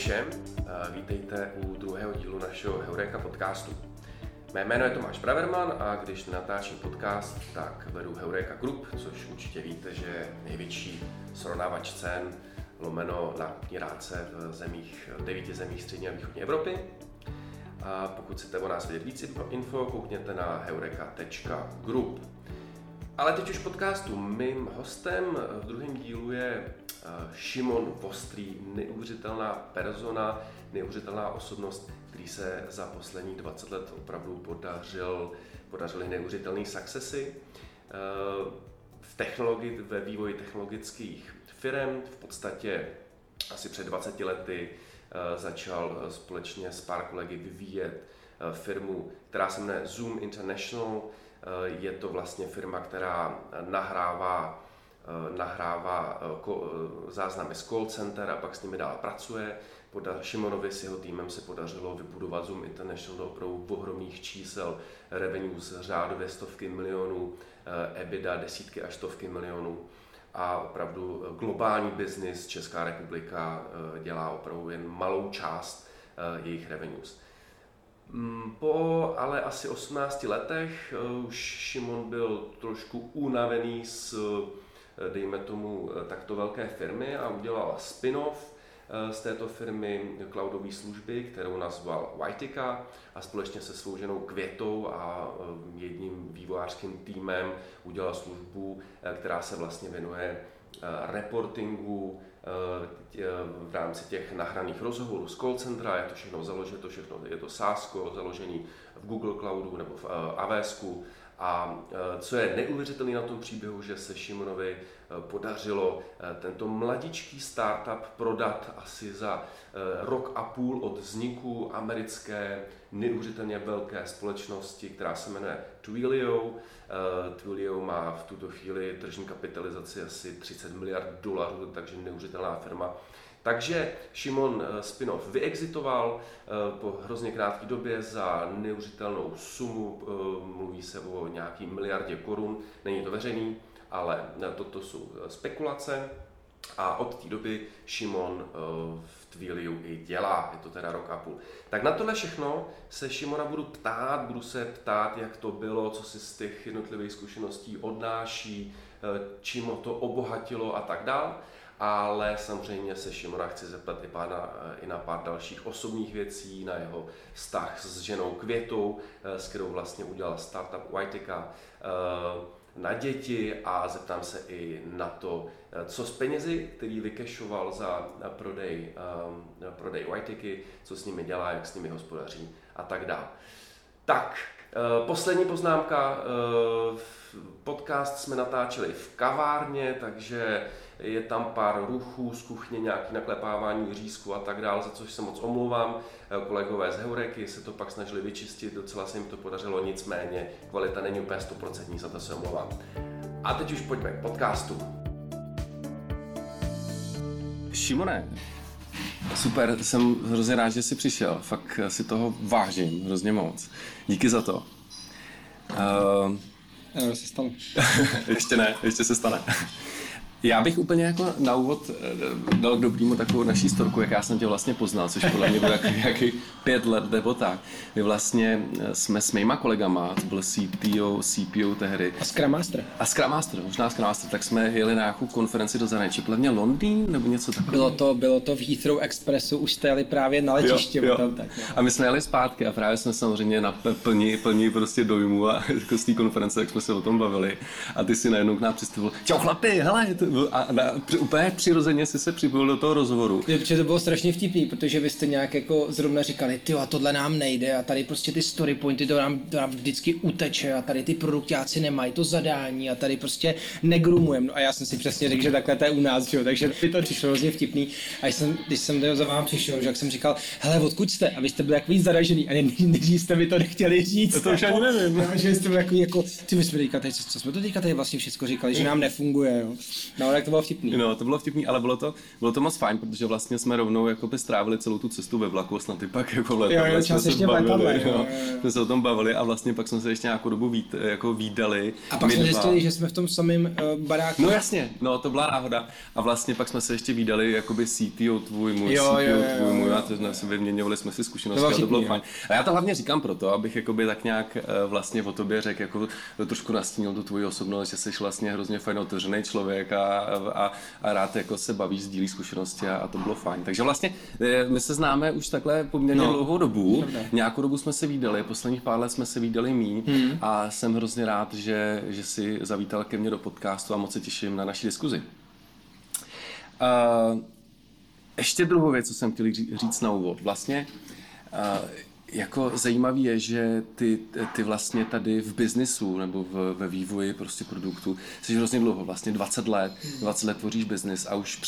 všem, vítejte u druhého dílu našeho Heureka podcastu. Mé jméno je Tomáš Braverman a když natáčím podcast, tak vedu Heureka Group, což určitě víte, že je největší srovnávač cen lomeno nákupní rádce v 9 zemích střední a východní Evropy. A pokud chcete o nás vědět víc info, koukněte na heureka.group. Ale teď už podcastu. Mým hostem v druhém dílu je Šimon Vostrý, neuvěřitelná persona, neuvěřitelná osobnost, který se za poslední 20 let opravdu podařily neuvěřitelné successy v technologii, ve vývoji technologických firm. V podstatě asi před 20 lety začal společně s pár kolegy vyvíjet firmu, která se jmenuje Zoom International. Je to vlastně firma, která nahrává záznamy z call center a pak s nimi dál pracuje. Šimonovi s jeho týmem se podařilo vybudovat Zoom International do opravdu ohromných čísel, revenues řádově stovky milionů, EBITDA desítky až stovky milionů a opravdu globální biznis. Česká republika dělá opravdu jen malou část jejich revenues. Po ale asi 18 letech už Šimon byl trošku unavený z, dejme tomu, takto velké firmy a udělal spin-off z této firmy cloudové služby, kterou nazval Ytica, a společně se svou ženou Květou a jedním vývojářským týmem udělal službu, která se vlastně věnuje reportingu v rámci těch nahraných rozhovorů z call centra. Je to všechno založené, je to SaaS, založený v Google Cloudu nebo v AWSku. A co je neuvěřitelné na tom příběhu, že se Šimonovi podařilo tento mladičký startup prodat asi za rok a půl od vzniku americké neuvěřitelně velké společnosti, která se jmenuje Twilio. Twilio má v tuto chvíli tržní kapitalizaci asi 30 miliard dolarů, takže neuvěřitelná firma. Takže Šimon spin-off vyexitoval po hrozně krátké době za neuvěřitelnou sumu, mluví se o nějaký miliardě korun, není to veřejný, ale toto jsou spekulace. A od té doby Šimon v Twiliu i dělá, je to teda rok a půl. Tak na tohle všechno se Šimona budu se ptát, jak to bylo, co si z těch jednotlivých zkušeností odnáší, čím ho to obohatilo a tak dál. Ale samozřejmě se Šimona chci zeptat i na pár dalších osobních věcí, na jeho vztah s ženou Květou, s kterou vlastně udělal startup Ytica, na děti a zeptám se i na to, co s penězi, který vykešoval za prodej Ytiky, co s nimi dělá, jak s nimi hospodaří a tak dále. Tak, poslední poznámka. Podcast jsme natáčeli v kavárně, takže je tam pár ruchů z kuchyně, nějaké naklepávání řízku a tak dále, za což se moc omlouvám. Kolegové z Heureky se to pak snažili vyčistit, docela se jim to podařilo, nicméně kvalita není úplně 100%, za to se omlouvám. A teď už pojďme k podcastu. Šimone, super, jsem hrozně rád, že jsi přišel, fakt si toho vážím hrozně moc. Díky za to. Se stalo. Ještě ne, ještě se stane. Já bych úplně jako na úvod dal k dobrýmu takovou naší storku, jak já jsem tě vlastně poznal, což podle mě bylo jaký 5 let nebo tak. My vlastně jsme s mýma kolegama, to byl CPO tehdy. A Scrum Master. Možná Scrum Master, tak jsme jeli na nějakou konferenci do zahraničí, podle mě Londýn nebo něco takového. Bylo to v Heathrow Expressu, už jste jeli právě na letiště. Jo. Tam, tak, a my jsme jeli zpátky a právě jsme samozřejmě plní prostě dojmu a jako z té konference, jak jsme se o tom bavili. A ty si najednou k nám představil, čau chlapi, hele, úplně přirozeně si se připojil do toho rozhovoru. Protože to bylo strašně vtipný, protože vy jste nějak jako zrovna říkali, tyjo, a tohle nám nejde a tady prostě ty story pointy to nám vždycky uteče a tady ty produktáci nemají to zadání a tady prostě negrumujeme. No a já jsem si přesně řekl, že takhle to je u nás, jo, takže mi to přišlo hrozně vtipný. A když jsem za vám přišel, že jak jsem říkal, hele, odkud jste? A vy jste byli takový zaražený a než jste mi to nechtěli říct. To už ani nevím. Že jste byli takový jako, ty my jsme teďka tady, co jsme to teďka tady vlastně všechno říkali, že nám nefunguje, jo. No, tak to bylo vtipný. No, to bylo vtipný, ale bylo to moc fajn, protože vlastně jsme rovnou jakoby strávili celou tu cestu ve vlaku, snad i pak jako v letadle jsme se bavili, jsme se o tom bavili a vlastně pak jsme se ještě nějakou dobu vídali. A pak jsme zjistili, že jsme v tom samém baráku. No jasně, no to byla náhoda. A vlastně pak jsme se ještě vídali jakoby CTO tvůj, můj a to vyměňovali jsme si zkušenosti a to bylo fajn. A já to hlavně říkám proto, abych jakoby tak nějak vlastně o tobě řekl, jako trošku nastínil tu tvoji osobnost, že jsi vlastně hrozně fajn otevřený člověk a rád jako se bavíš, sdílí zkušenosti a to bylo fajn. Takže vlastně my se známe už takhle poměrně dlouhou dobu. Nějakou dobu jsme se vídali, posledních pár let jsme se vídali míň a jsem hrozně rád, že jsi zavítal ke mně do podcastu a moc se těším na naši diskuzi. Ještě druhou věc, co jsem chtěl říct na úvod. Vlastně jako zajímavý je, že ty vlastně tady v biznisu nebo ve vývoji prostě produktu jsi hrozně dlouho, vlastně 20 let tvoříš biznis a už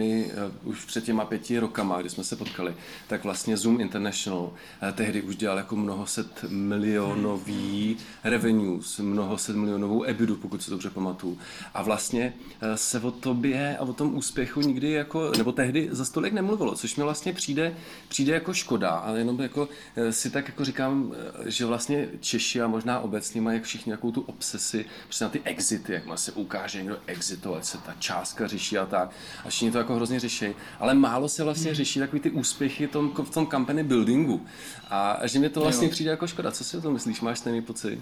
před těma 5 rokama, kdy jsme se potkali, tak vlastně Zoom International tehdy už dělal jako mnohoset milionový revenues, mnohoset milionovou EBITDU, pokud se dobře pamatuju. A vlastně se o tobě a o tom úspěchu nikdy jako, nebo tehdy za stolik nemluvilo, což mi vlastně přijde jako škoda, ale jenom jako si tak jako říkám, že vlastně Češi a možná obecně mají všichni nějakou tu obsesi prostě na ty exity, jak se ukáže někdo exito, ať se ta částka řeší a tak. A všichni to jako hrozně řeší. Ale málo se vlastně řeší takový ty úspěchy v tom company buildingu. A že mě to vlastně přijde jako škoda. Co si o tom myslíš? Máš stejný pocit?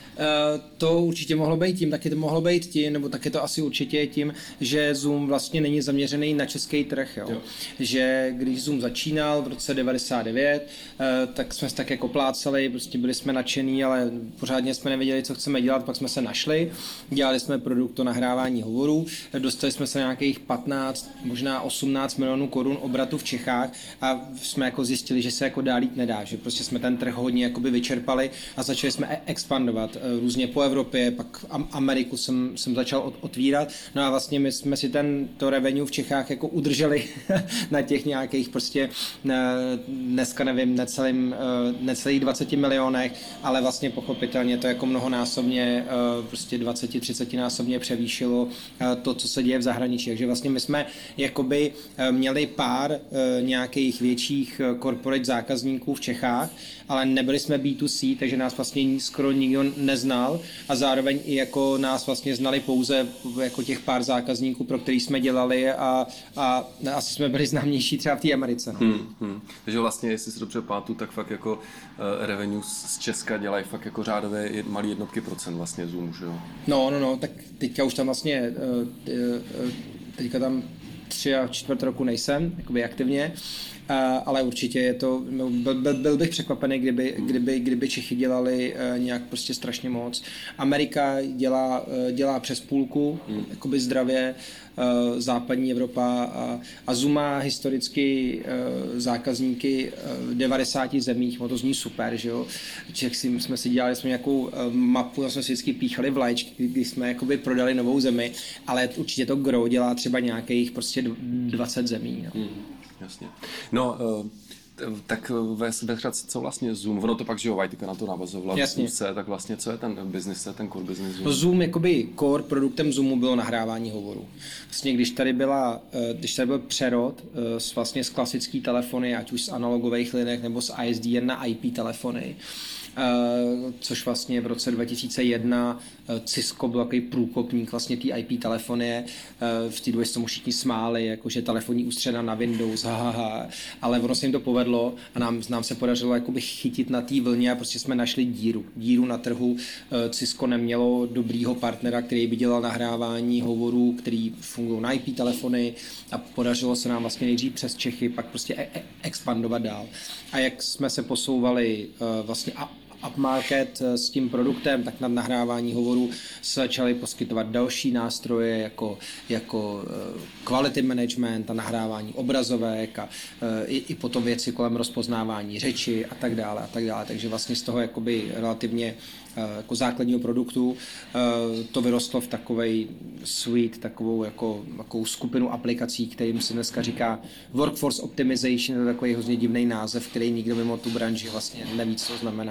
To určitě mohlo být tím, taky to mohlo být tím, nebo taky to asi určitě tím, že Zoom vlastně není zaměřený na český trh, jo. Že když Zoom začínal v roce 99, tak jsme se tak jako plácali, prostě byli jsme nadšený, ale pořádně jsme nevěděli, co chceme dělat, pak jsme se našli, dělali jsme produkt to nahrávání hovorů, dostali jsme se nějakých 15, možná 18 milionů korun obratu v Čechách a jsme jako zjistili, že se jako dál jít nedá, že prostě jsme ten trh hodně jakoby vyčerpali a začali jsme expandovat různě po Evropě, pak Ameriku jsem začal otvírat, no a vlastně my jsme si to revenue v Čechách jako udrželi na těch nějakých prostě dneska nevím, necelých 20 milionech, ale vlastně pochopitelně to jako mnohonásobně prostě 20-30 násobně převýšilo to, co se děje v zahraničí, takže vlastně my jsme jakoby měli pár nějakých větších corporate zákazníků v Čechách, ale nebyli jsme B2C, takže nás vlastně skoro nikdo neznal a zároveň i jako nás vlastně znali pouze jako těch pár zákazníků, pro který jsme dělali a asi jsme byli známější třeba v té Americe. No. Takže vlastně, jestli si dobře pamatuju, tak fakt jako revenue z Česka dělají fakt jako řádové malý jednotky procent vlastně Zoom, že jo? No, tak teďka už tam vlastně teďka tam 3,25 roku nejsem, jakoby aktivně, ale určitě je to, byl bych překvapený, kdyby Čechy dělali nějak prostě strašně moc. Amerika dělá přes půlku, jakoby zdravě, západní Evropa a Zoom má historicky zákazníky v 90 zemích, to zní super, že jo. Jsme si dělali nějakou mapu, jsme si vždycky píchali vlaječky, když jsme jakoby prodali novou zemi, ale určitě to gro dělá třeba nějakých prostě 20 zemí. No. Jasně. No, tak ve co vlastně Zoom, ono to pak, že jo, Vajtika na to navazovala v Zoomce, tak vlastně co je ten business, ten core business Zoom? Zoom, jakoby core produktem Zoomu bylo nahrávání hovorů. Vlastně když tady byl přerod vlastně z klasický telefony, ať už z analogových linek nebo z ISDN na IP telefony, což vlastně v roce 2001 Cisco byl takový průkopník vlastně té IP telefonie. V té době se tomu všichni smáli, jakože telefonní ústředa na Windows, ale ono se jim to povedlo a nám se podařilo jakoby chytit na té vlně a prostě jsme našli díru na trhu. Cisco nemělo dobrýho partnera, který by dělal nahrávání hovorů, který fungují na IP telefony a podařilo se nám vlastně nejdřív přes Čechy, pak prostě expandovat dál. A jak jsme se posouvali vlastně upmarket s tím produktem, tak na nahrávání hovorů se začaly poskytovat další nástroje jako quality management a nahrávání obrazovek a i potom věci kolem rozpoznávání řeči a tak dále. Takže vlastně z toho jakoby relativně jako základního produktu to vyrostlo v takovej suite, takovou skupinu aplikací, kterým se dneska říká Workforce Optimization, to je takový hrozně divný název, který nikdo mimo tu branži vlastně neví, co to znamená. No.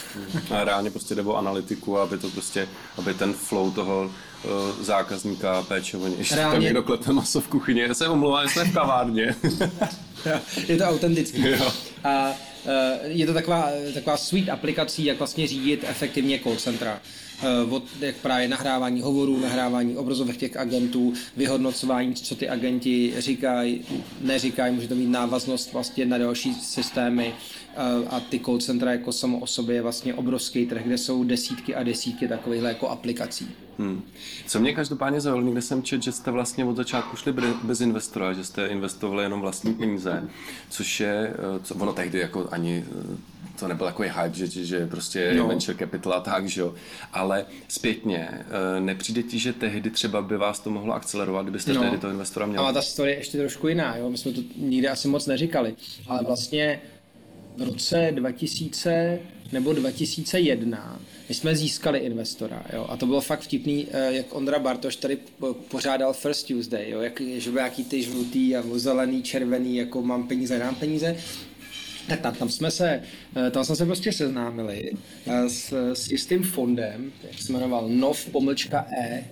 A reálně prostě jde o analytiku, aby ten flow toho zákazníka péče o něj. Ještě tam někdo klepe maso v kuchyni. Já se omlouvám, jsme v kavárně. Je to autentický. A je to taková suite aplikací, jak vlastně řídit efektivně call centra. Od jak právě nahrávání hovorů, nahrávání obrazovek těch agentů, vyhodnocování, co ty agenti říkají, neříkají, může to mít návaznost vlastně na další systémy a ty call centra jako samo o sobě je vlastně obrovský trh, kde jsou desítky a desítky takovýchhle jako aplikací. Co mě každopádně zaujalo, někde jsem četl, že jste vlastně od začátku šli bez investora, že jste investovali jenom vlastní peníze, což je, ono tehdy jako ani to nebyl takový hype, že prostě venture capital a tak, že jo. Ale zpětně, nepřijde ti, že tehdy třeba by vás to mohlo akcelerovat, kdybyste tehdy toho investora měli? Ale ta story je ještě trošku jiná, jo. My jsme to nikdy asi moc neříkali, ale vlastně v roce 2000 nebo 2001 my jsme získali investora, jo, a to bylo fakt vtipný, jak Ondra Bartoš tady pořádal First Tuesday, jo, že byl jaký ty žlutý a zelený, červený, jako mám peníze, dám peníze. Tak tam jsme se prostě seznámili s jistým fondem, jak se jmenoval NOV-E.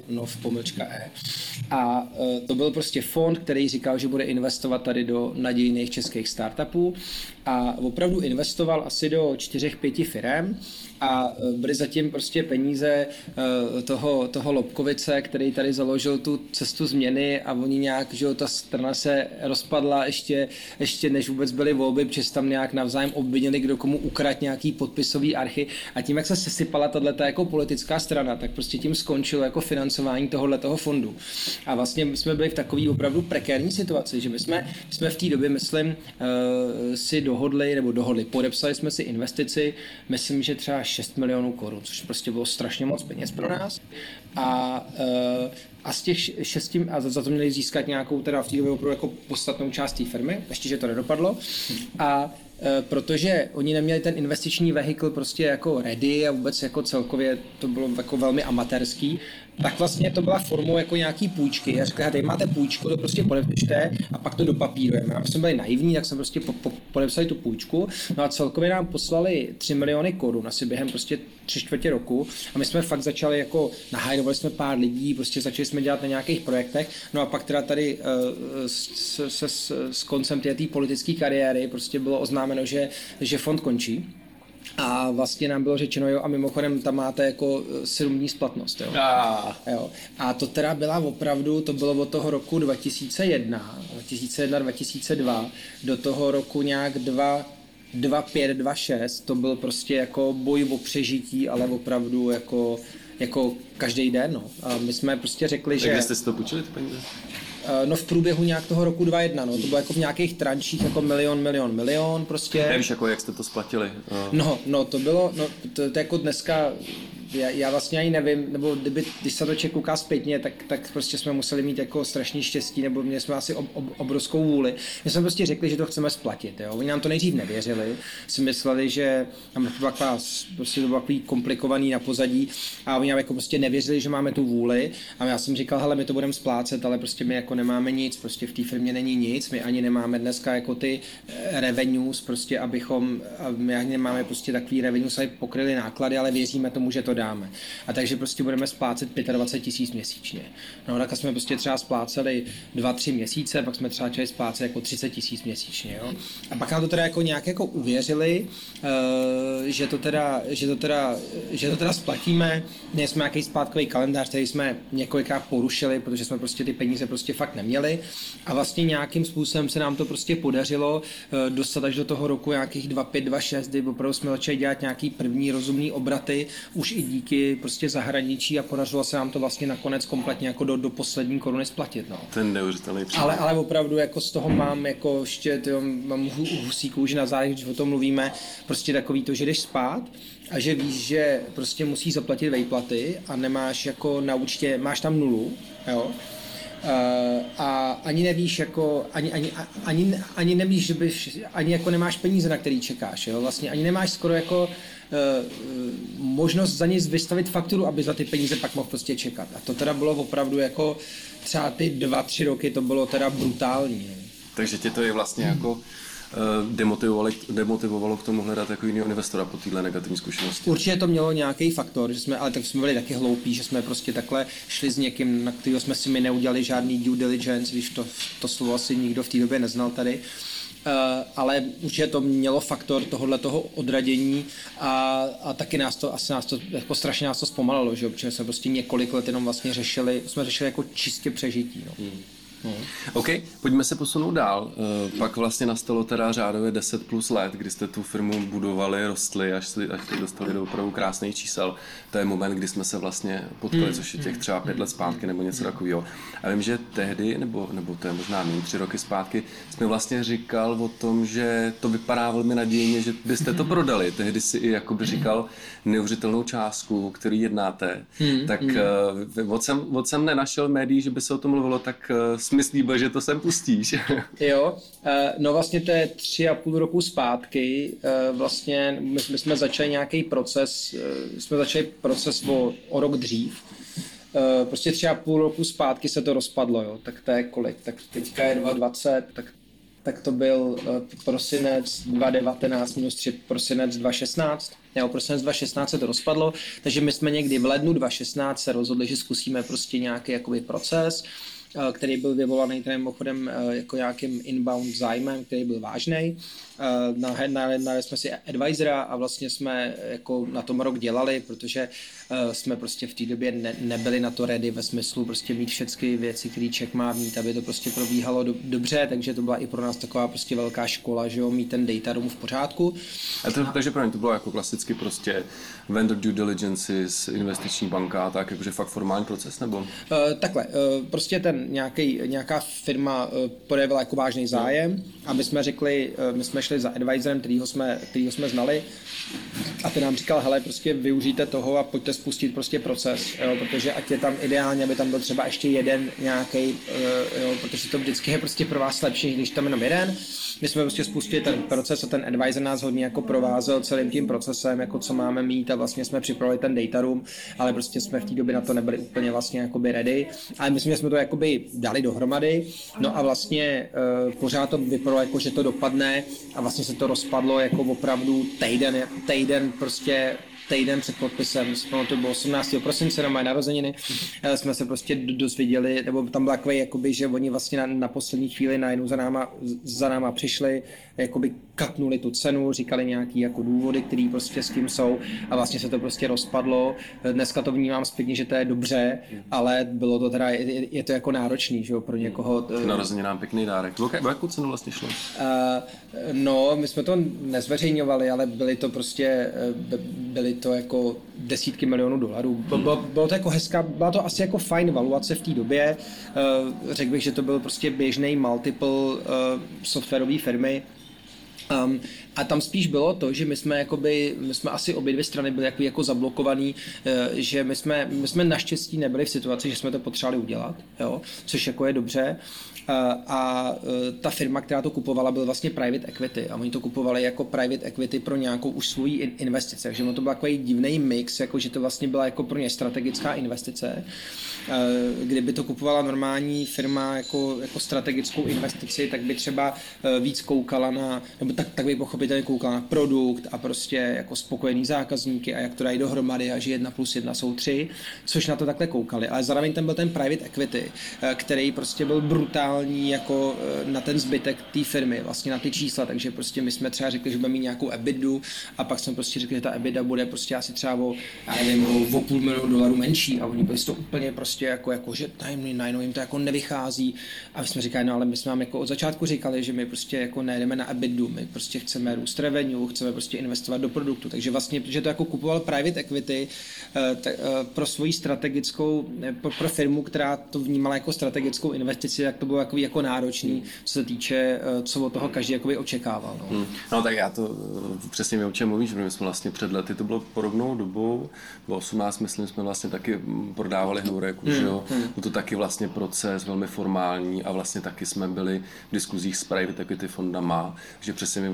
A to byl prostě fond, který říkal, že bude investovat tady do nadějných českých startupů a opravdu investoval asi do 4-5 firem a byly zatím prostě peníze toho Lobkovice, který tady založil tu cestu změny a oni nějak, že ta strana se rozpadla ještě než vůbec byly volby, protože tam nějak navzájem obvinili, kdo komu ukradl nějaký podpisový archy a tím, jak se sesypala tato jako politická strana, tak prostě tím skončilo jako financování tohoto fondu. A vlastně my jsme byli v takové opravdu prekérní situaci, že my jsme v té době, myslím, si podepsali jsme si investici, myslím, že třeba 6 milionů korun, což prostě bylo strašně moc peněz pro nás. A z těch 6, a za to měli získat nějakou teda v té době opravdu jako podstatnou část té firmy, ještě, že to nedopadlo. A protože oni neměli ten investiční vehikl prostě jako ready a vůbec jako celkově to bylo jako velmi amatérský, tak vlastně to byla formou jako nějaký půjčky. Já říkal, tady máte půjčku, to prostě podepište a pak to dopapírujeme. A my jsme byli naivní, tak jsme prostě podepsali tu půjčku. No a celkově nám poslali 3 miliony korun, asi během prostě 3/4 roku. A my jsme fakt začali jako nahajrovali jsme pár lidí, prostě začali jsme dělat na nějakých projektech. No a pak teda tady s koncem té politické kariéry prostě bylo oznámeno, že fond končí. A vlastně nám bylo řečeno, jo, a mimochodem tam máte jako 7 dní splatnost, jo. Jo. A to teda byla opravdu, to bylo od toho roku 2002, do toho roku nějak 2005, 2006, to byl prostě jako boj o přežití, ale opravdu jako každý den, no. A my jsme prostě řekli, že... Jak jste si to půjčili, ty peníze? No v průběhu nějak toho roku 2001, no, to bylo jako v nějakých trančích jako milion prostě. Nevíš, jako jak jste to splatili? No to bylo, no to jako dneska, já vlastně ani nevím, nebo když se to člověk kouká zpětně, tak prostě jsme museli mít jako strašný štěstí, nebo měli jsme asi obrovskou vůli. My jsme prostě řekli, že to chceme splatit, jo. Oni nám to nejdřív nevěřili, si mysleli, že tam to bylo takový komplikovaný na pozadí a oni nám jako prostě nevěřili, že máme tu vůli a já jsem říkal, hele, my to budeme splácet, ale prostě my jako nemáme nic, prostě v té firmě není nic, my ani nemáme dneska jako ty revenues, prostě my ani nemáme prostě takový revenues, aby pokryli náklady, ale věříme tomu, že to dáme. A takže prostě budeme splácet 25 000 měsíčně. No tak jsme prostě třeba spláceli 2-3 měsíce, pak jsme třeba začali splácet jako 30 000 měsíčně, jo. A pak nám to teda jako nějak jako uvěřili, že to teda splatíme. Měli jsme nějaký splátkový kalendář, který jsme několikrát porušili, protože jsme prostě ty peníze prostě fakt neměli. A vlastně nějakým způsobem se nám to prostě podařilo dostat až do toho roku nějakých 2005, 2006, kdy opravdu jsme začali dělat nějaký první rozumný obraty, už i díky prostě zahraničí a podařilo se nám to vlastně nakonec kompletně jako do poslední koruny splatit, no. Ten neuvěřitelný příklad. Ale opravdu jako z toho mám jako ještě mám husí kůži na zádech, když o tom mluvíme, prostě takový to, že jdeš spát a že víš, že prostě musíš zaplatit výplaty a nemáš jako na účtě, máš tam 0, jo. A ani nevíš jako, ani nevíš, že bys, ani jako nemáš peníze, na který čekáš, jo, vlastně ani nemáš skoro jako možnost za nic vystavit fakturu, aby za ty peníze pak mohl prostě čekat. A to teda bylo opravdu jako třeba ty 2-3 roky, to bylo teda brutální. Takže tě to je vlastně jako demotivovalo k tomu hledat jako jiného investora po téhle negativní zkušenosti? Určitě to mělo nějaký faktor, ale tak jsme byli taky hloupí, že jsme prostě takhle šli s někým, na kterého jsme si my neudělali žádný due diligence, když to slovo asi nikdo v té době neznal tady. Ale určitě to mělo faktor tohoto odradění a taky nás to jako strašně nás to zpomalilo, že? Protože jsme prostě několik let jenom vlastně řešili jako čistě přežití. No. OK, pojďme se posunout dál. Pak vlastně nastalo teda řádově 10 plus let, kdy jste tu firmu budovali, rostli, až jste dostali do opravdu krásných čísel. To je moment, kdy jsme se vlastně potkali, což je těch třeba 5 let zpátky nebo něco takového. A vím, že tehdy, nebo to je možná méně 3 roky zpátky, jsme vlastně říkal o tom, že to vypadá velmi nadějně, že byste to prodali. Tehdy si i jakoby říkal neuvěřitelnou částku, který jednáte. Tak moc jsem nenašel médií, že by se o tom mluvilo, tak myslí, že to sem pustíš. Jo, no vlastně to je 3,5 roku zpátky, vlastně my jsme začali nějaký proces, o rok dřív, prostě 3,5 roku zpátky se to rozpadlo, jo, tak to je kolik, tak teďka je 2020, tak to byl prosinec 2019 minus 3 prosinec 2016. Jo, prosinec 2016 se to rozpadlo, takže my jsme někdy v lednu 2016 se rozhodli, že zkusíme prostě nějaký jakoby proces, který byl vyvolaný mimochodem jako nějakým inbound zájmem, který byl vážnej. Najeli jsme si advisora a vlastně jsme jako na tom rok dělali, protože jsme prostě v té době nebyli na to ready ve smyslu prostě mít všechny věci, které Czech má mít, aby to prostě probíhalo dobře, takže to byla i pro nás taková prostě velká škola, že jo, mít ten data room v pořádku. Takže pro ně to bylo jako klasicky prostě vendor due diligence, investiční banka, tak jakože fakt formální proces, nebo? Takhle, prostě nějaká firma projevila jako vážný zájem a my jsme řekli, my jsme šli za advisorem, kterýho jsme znali a ten nám říkal, hele, prostě využijte toho a pojďte spustit prostě proces, jo, protože ať je tam ideálně, aby tam byl třeba ještě jeden nějaký, protože to vždycky je prostě pro vás lepší, když tam jenom jeden. My jsme prostě spustili ten proces a ten advisor nás hodně jako provázel celým tím procesem, jako co máme mít a vlastně jsme připravili ten data room, ale prostě jsme v té době na to nebyli úplně vlastně jakoby ready, ale myslím, že jsme to jakoby dali dohromady, no a vlastně pořád to vypadalo jako, že to dopadne a vlastně se to rozpadlo jako opravdu týden před podpisem, to bylo 18. prosince na moje narozeniny, jsme se prostě dozvěděli, nebo tam byla takový, jakoby, že oni vlastně na poslední chvíli najednou za náma přišli, jakoby katnuli tu cenu, říkali nějaký jako důvody, který prostě s tím jsou a vlastně se to prostě rozpadlo. Dneska to vnímám zpětně, že to je dobře, ale bylo to teda, je to jako náročný, že jo, pro někoho. Narozeninám pěkný dárek. O jakou cenu vlastně šlo? No, my jsme to nezveřejňovali, ale byly to jako desítky milionů dolarů. Bylo to jako hezká, byla to asi jako fajn valuace v té době. Řekl bych, že to byl prostě běžný multiple softwarové firmy. A tam spíš bylo to, že my jsme asi obě dvě strany byly jako zablokovaný, že my jsme naštěstí nebyli v situaci, že jsme to potřebovali udělat, jo, což jako je dobře. A ta firma, která to kupovala, byl vlastně private equity a oni to kupovali jako private equity pro nějakou už svoji investici, takže to byl takový divný mix, jako že to vlastně byla jako pro ně strategická investice. Kdyby to kupovala normální firma jako strategickou investici, tak by třeba víc koukala nebo tak by pochopitelně koukala na produkt a prostě jako spokojený zákazníky a jak to dají dohromady a že 1+1 jsou 3, což na to takhle koukali. Ale zároveň tam byl ten private equity, který prostě byl brutální jako na ten zbytek té firmy, vlastně na ty čísla, takže prostě my jsme třeba řekli, že budeme mít nějakou EBITDu a pak jsme prostě řekli, že ta EBITDA bude prostě asi třeba o $500 000 menší a oni byli to úplně prostě jako že najednou jim to jako nevychází a my jsme říkali, no ale my jsme vám jako od začátku říkali, že my prostě jako nejdeme na EBITDu, my prostě chceme růst revenue, chceme prostě investovat do produktu, takže vlastně, protože to jako kupoval private equity pro svoji strategickou, pro firmu, která to vnímala jako strategickou investici, tak to bylo jako náročný, co se týče, co od toho každý jakoby očekával. No tak já to přesně vím, o čem mluvíš, protože my jsme vlastně před lety, to bylo podobnou dobou, bylo 18, myslím, jsme vlastně taky prodávali Heuréku, že jo, byl to taky vlastně proces velmi formální a vlastně taky jsme byli v diskuzích s private equity fondama, že přesně vím, o čem mluvíš,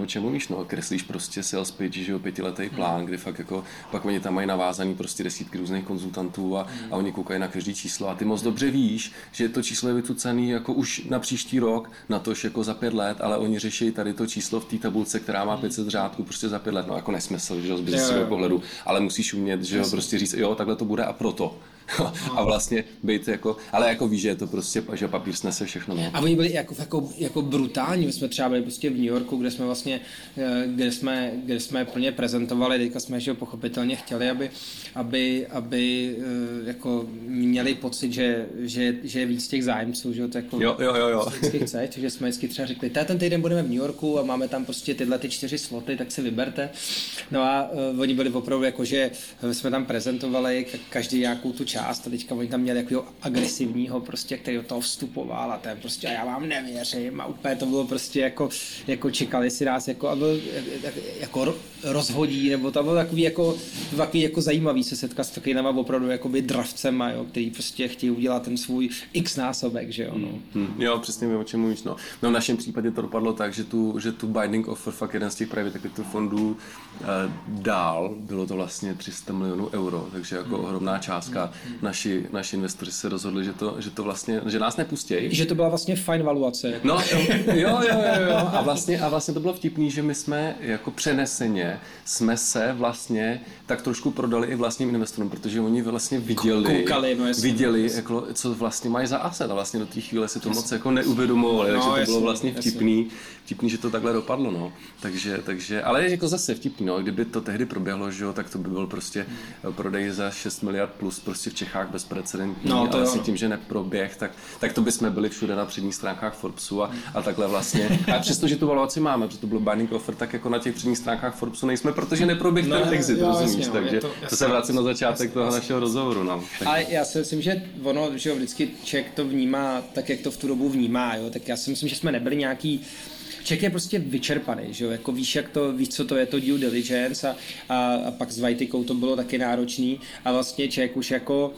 no, kreslíš prostě sales page, že jo, 5letý plán, kde fakt jako, pak oni tam mají navázaný prostě desítky různých konzultantů a oni koukají na každý číslo a ty moc dobře víš, že to číslo je vytucený jako už na příští rok, na tož jako za 5 let, ale oni řeší tady to číslo v té tabulce, která má 500 řádků prostě za 5 let, no jako nesmysl, že jo, z biznesového pohledu, ale musíš umět, že jo, prostě říct, jo, takhle to bude a proto. A vlastně být jako, ale jako víš, že je to prostě, že papír snese všechno. No. A oni byli jako brutální, my jsme třeba byli prostě v New Yorku, kde jsme vlastně, kde jsme plně prezentovali, teďka jsme že pochopitelně chtěli, aby jako měli pocit, že je víc těch zájemců, že to jako jo. vždycky chce, takže jsme vždycky třeba řekli, ten týden budeme v New Yorku a máme tam prostě tyhle ty 4 sloty, tak si vyberte. No a oni byli opravdu jako, že jsme tam prezentovali každý nějakou tu část a teďka oni tam měli jako agresivního prostě, který do toho vstupoval a ten prostě a já vám nevěřím a úplně to bylo prostě jako čekali si nás jako rozhodí, nebo to bylo takový jako zajímavý se setkat s takovýma opravdu jakoby dravcema, jo, který prostě chtějí udělat ten svůj x násobek, že jo, no. Jo, přesně vím, o čem mluvíš, no. No v našem případě to dopadlo tak, že tu binding offer fakt jeden z těch private equity fondů dál, bylo to vlastně 300 milionů euro, takže jako ohromná částka. Naši investoři se rozhodli, že to vlastně, že nás nepustějí. Že to byla vlastně fajn valuace. No, jo. A vlastně to bylo vtipný, že my jsme jako přeneseně jsme se vlastně tak trošku prodali i vlastním investorům, protože oni vlastně viděli jako, co vlastně mají za asset a vlastně do té chvíle si to moc jako neuvědomovali, takže to bylo vlastně vtipný, že to takhle dopadlo, no. Takže, ale jako zase vtipný, no, kdyby to tehdy proběhlo, že jo, tak to by byl prostě prodej za 6 miliard plus prostě v Čechách bezprecedentní, no, ale si tím, že neproběh, tak to bychom byli všude na předních stránkách Forbesu a takhle vlastně. A přesto, že tu valuaci máme, protože to bylo binding offer, tak jako na těch předních stránkách Forbesu nejsme, protože neproběh ten exit, rozumíš, takže to se vracím na začátek toho našeho rozhovoru, no. Ale já si myslím, že ono, že jo, vždycky člověk to vnímá tak, jak to v tu dobu vnímá, jo, tak já si myslím, že jsme nebyli nějaký člověk je prostě vyčerpaný, že jo, jako víš, co to je to due diligence a pak s Vajtikou to bylo taky náročný a vlastně člověk už jako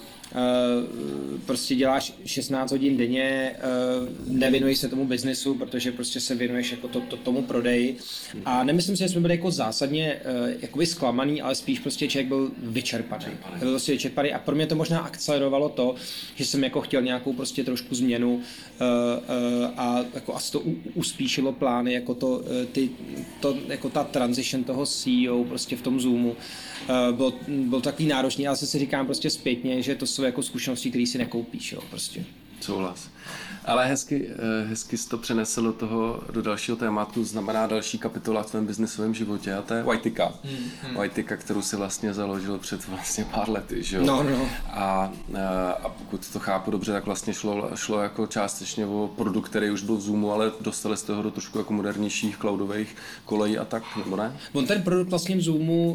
prostě děláš 16 hodin denně, nevěnuješ se tomu biznesu, protože prostě se věnuješ jako tomu prodeji a nemyslím si, že jsme byli jako zásadně jakoby zklamaný, ale spíš prostě člověk byl vyčerpaný. Byl prostě vyčerpaný a pro mě to možná akcelerovalo to, že jsem jako chtěl nějakou prostě trošku změnu a jako asi to uspíšilo plány, jako jako ta transition toho CEO prostě v tom Zoomu. Byl takový náročný, ale si říkám prostě zpětně, že to jsou jako zkušenosti, které si nekoupíš, jo, prostě. Souhlas. Ale hezky jsi to přenesl do dalšího tématu, znamená další kapitola v tvém biznesovém životě a to je Vajtika. Vajtika, kterou si vlastně založil před vlastně pár lety, že jo? No. A pokud to chápu dobře, tak vlastně šlo jako částečně o produkt, který už byl v Zoomu, ale dostali z toho do trošku jako modernějších cloudových kolejí a tak, nebo ne? On ten produkt vlastně v Zoomu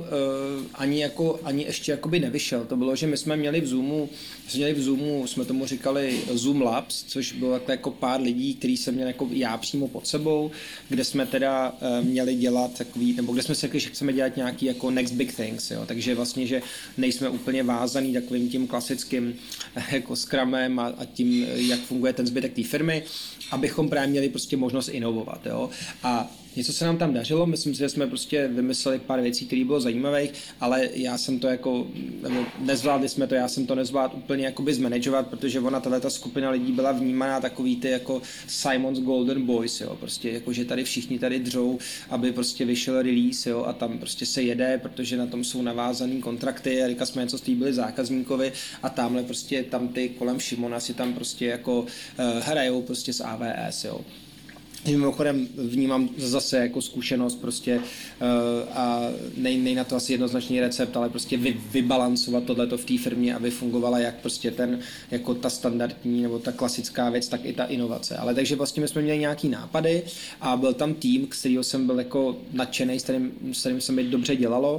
ani ještě jakoby nevyšel. To bylo, že my jsme měli v Zoomu, jsme tomu říkali Zoom Labs, což bylo jako pár lidí, který jsem měl jako já přímo pod sebou, kde jsme teda měli dělat takový, nebo kde jsme si řekli, že chceme dělat nějaký jako next big things, jo. Takže vlastně, že nejsme úplně vázaný takovým tím klasickým jako scrumem a tím, jak funguje ten zbytek té firmy, abychom právě měli prostě možnost inovovat, jo. A něco se nám tam dařilo, myslím si, že jsme prostě vymysleli pár věcí, které bylo zajímavých, ale já jsem to jako, nezvládli jsme to, já jsem to nezvládl úplně jakoby zmanagovat, protože ona tato skupina lidí byla vnímaná takový ty jako Simon's Golden Boys, jo, prostě jako, že tady všichni tady dřou, aby prostě vyšel release, jo, a tam prostě se jede, protože na tom jsou navázaný kontrakty a říkali jsme něco slíbili zákazníkovi a tamhle prostě tam ty kolem Šimona si tam prostě jako hrajou prostě s AWS, jo. Mimochodem vnímám zase jako zkušenost prostě a nej na to asi jednoznačný recept, ale prostě vybalancovat tohleto v té firmě, aby fungovala jak prostě jako ta standardní nebo ta klasická věc, tak i ta inovace. Ale takže vlastně my jsme měli nějaký nápady a byl tam tým, z kterého jsem byl jako nadšený, s kterým se mi dobře dělalo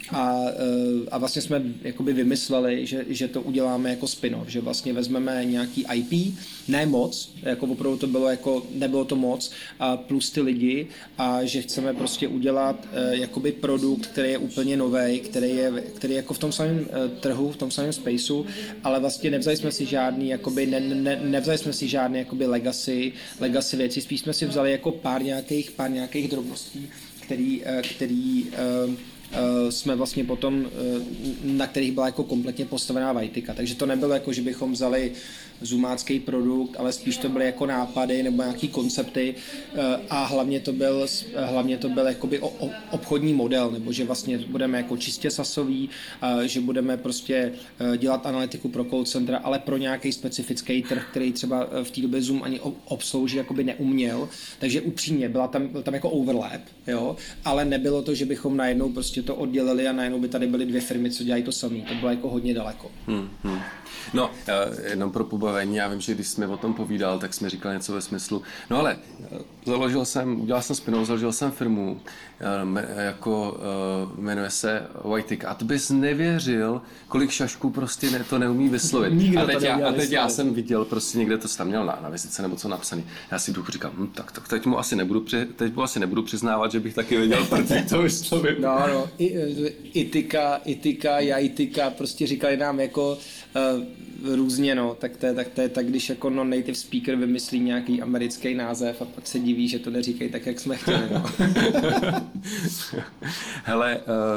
a vlastně jsme jakoby vymysleli, že to uděláme jako spin-off, že vlastně vezmeme nějaký IP, ne moc, jako opravdu to bylo jako, nebylo to moc, a plus ty lidi a že chceme prostě udělat jakoby produkt, který je úplně novej, který je jako v tom samém trhu, v tom samém spaceu, ale vlastně nevzali jsme si žádný jakoby, nevzali jsme si žádný jakoby legacy věci, spíš jsme si vzali jako pár nějakých drobností, který jsme vlastně potom, na kterých byla jako kompletně postavená Vajtika. Takže to nebylo jako, že bychom vzali zoomácký produkt, ale spíš to byly jako nápady nebo nějaký koncepty a hlavně to byl jakoby obchodní model, nebo že vlastně budeme jako čistě sasový, že budeme prostě dělat analytiku pro call centra, ale pro nějaký specifický trh, který třeba v té době Zoom ani obsloužit jakoby neuměl. Takže upřímně byl tam jako overlap, jo, ale nebylo to, že bychom najednou prostě to oddělili a najednou by tady byly 2 firmy, co dělají to samý. To bylo jako hodně daleko. No, jenom pro pobavení, já vím, že když jsme o tom povídal, tak jsme říkal něco ve smyslu, no ale udělal jsem spinou, založil jsem firmu, jmenuje se Vajtika a to bys nevěřil, kolik šašků prostě to neumí vyslovit. A teď já jsem viděl, prostě někde to tam měl na vizitce nebo co napsaný. Já si v duchu říkal, tak teď mu asi nebudu přiznávat, že bych taky věděl, jak to vyslovit. No, Itika, Jajtika, prostě říkali nám jako různě, no, tak to je tak, když jako native speaker vymyslí nějaký americký název a pak se diví, že to neříkají tak, jak jsme chtěli, no. Hele,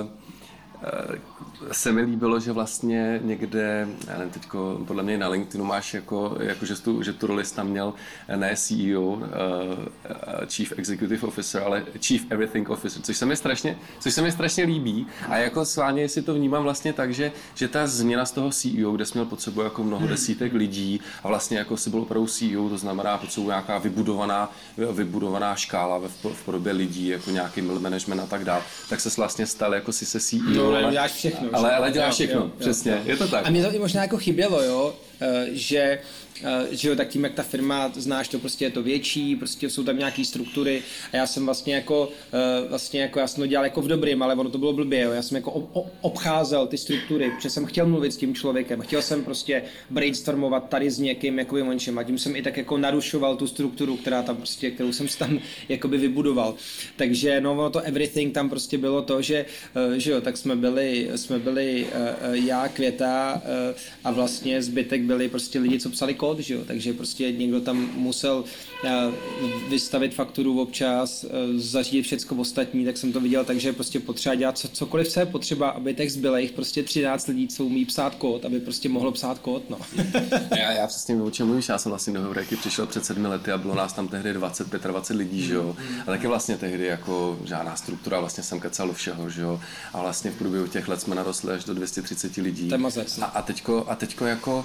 se mi líbilo, že vlastně někde, já nevím, teďko podle mě na LinkedInu máš jako že tu roli jsi tam měl ne CEO, Chief Executive Officer, ale Chief Everything Officer, což se mi strašně líbí a jako sváně si to vnímám vlastně tak, že ta změna z toho CEO, kde jsi měl pod sebou jako mnoho desítek lidí a vlastně jako si byl opravdu CEO, to znamená pod sebou nějaká vybudovaná škála v podobě lidí, jako nějaký middle management a tak dále, tak se vlastně stal jako si se CEO. No, děláš všechno. Ale děláš všechno, přesně, je to tak. A mě to i možná jako chybělo, jo, že jo, tak tím, jak ta firma, znáš to, prostě je to větší, prostě jsou tam nějaký struktury a já jsem vlastně jako já jsem to dělal jako v dobrým, ale ono to bylo blbě, jo. Já jsem jako obcházel ty struktury, protože jsem chtěl mluvit s tím člověkem, chtěl jsem prostě brainstormovat tady s někým jakoby mončem a tím jsem i tak jako narušoval tu strukturu, kterou jsem tam jakoby vybudoval. Takže no, ono to everything tam prostě bylo to, že jo, tak jsme byli já, Květa a vlastně zbytek byli prostě lidi, co psali kód, že jo? Takže prostě někdo tam musel vystavit fakturu občas, zařídit všecko ostatní, tak jsem to viděl, takže prostě potřeba dělat cokoliv, co je potřeba, aby text byl jich prostě 13 lidí, co umí psát kód, aby prostě mohlo psát kód, no. Já přesně vím, o čem mluvíš, já jsem vlastně do Heuréky přišel před 7 lety a bylo nás tam tehdy 25 lidí, že jo? A taky vlastně tehdy jako žádná struktura, vlastně jsem kecal do všeho, že jo? A vlastně v průběhu těch let jsme narostli až do 230 lidí. A teďko jako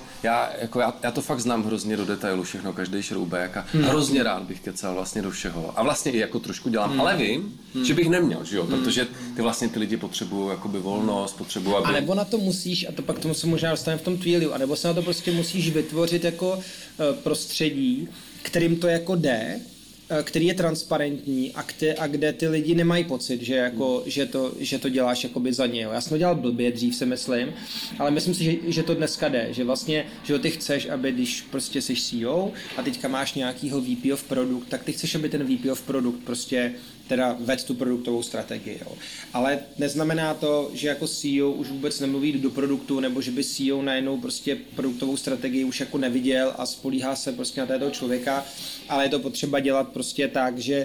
já to fakt znám hrozně do detailu všechno, každý šroubek a hrozně rád bych kecal vlastně do všeho. A vlastně i jako trošku dělám, ale vím, že bych neměl, že jo, protože ty lidi potřebují jakoby volnost, potřebují, aby... A nebo na to musíš, a to pak tomu se možná dostane v tom tweelu, a nebo se na to prostě musíš vytvořit jako prostředí, kterým to jako jde, který je transparentní a kde ty lidi nemají pocit, že, jako, že to děláš jakoby za ně. Já jsem to dělal blbě dřív, si myslím, ale myslím si, že to dneska jde, že vlastně, že ty chceš, aby když prostě jsi CEO a teďka máš nějakýho VP of Product, tak ty chceš, aby ten VP of Product prostě teda vedl tu produktovou strategii. Jo. Ale neznamená to, že jako CEO už vůbec nemluví do produktu, nebo že by CEO najednou prostě produktovou strategii už jako neviděl a spolíhá se prostě na této člověka, ale je to potřeba dělat prostě tak, že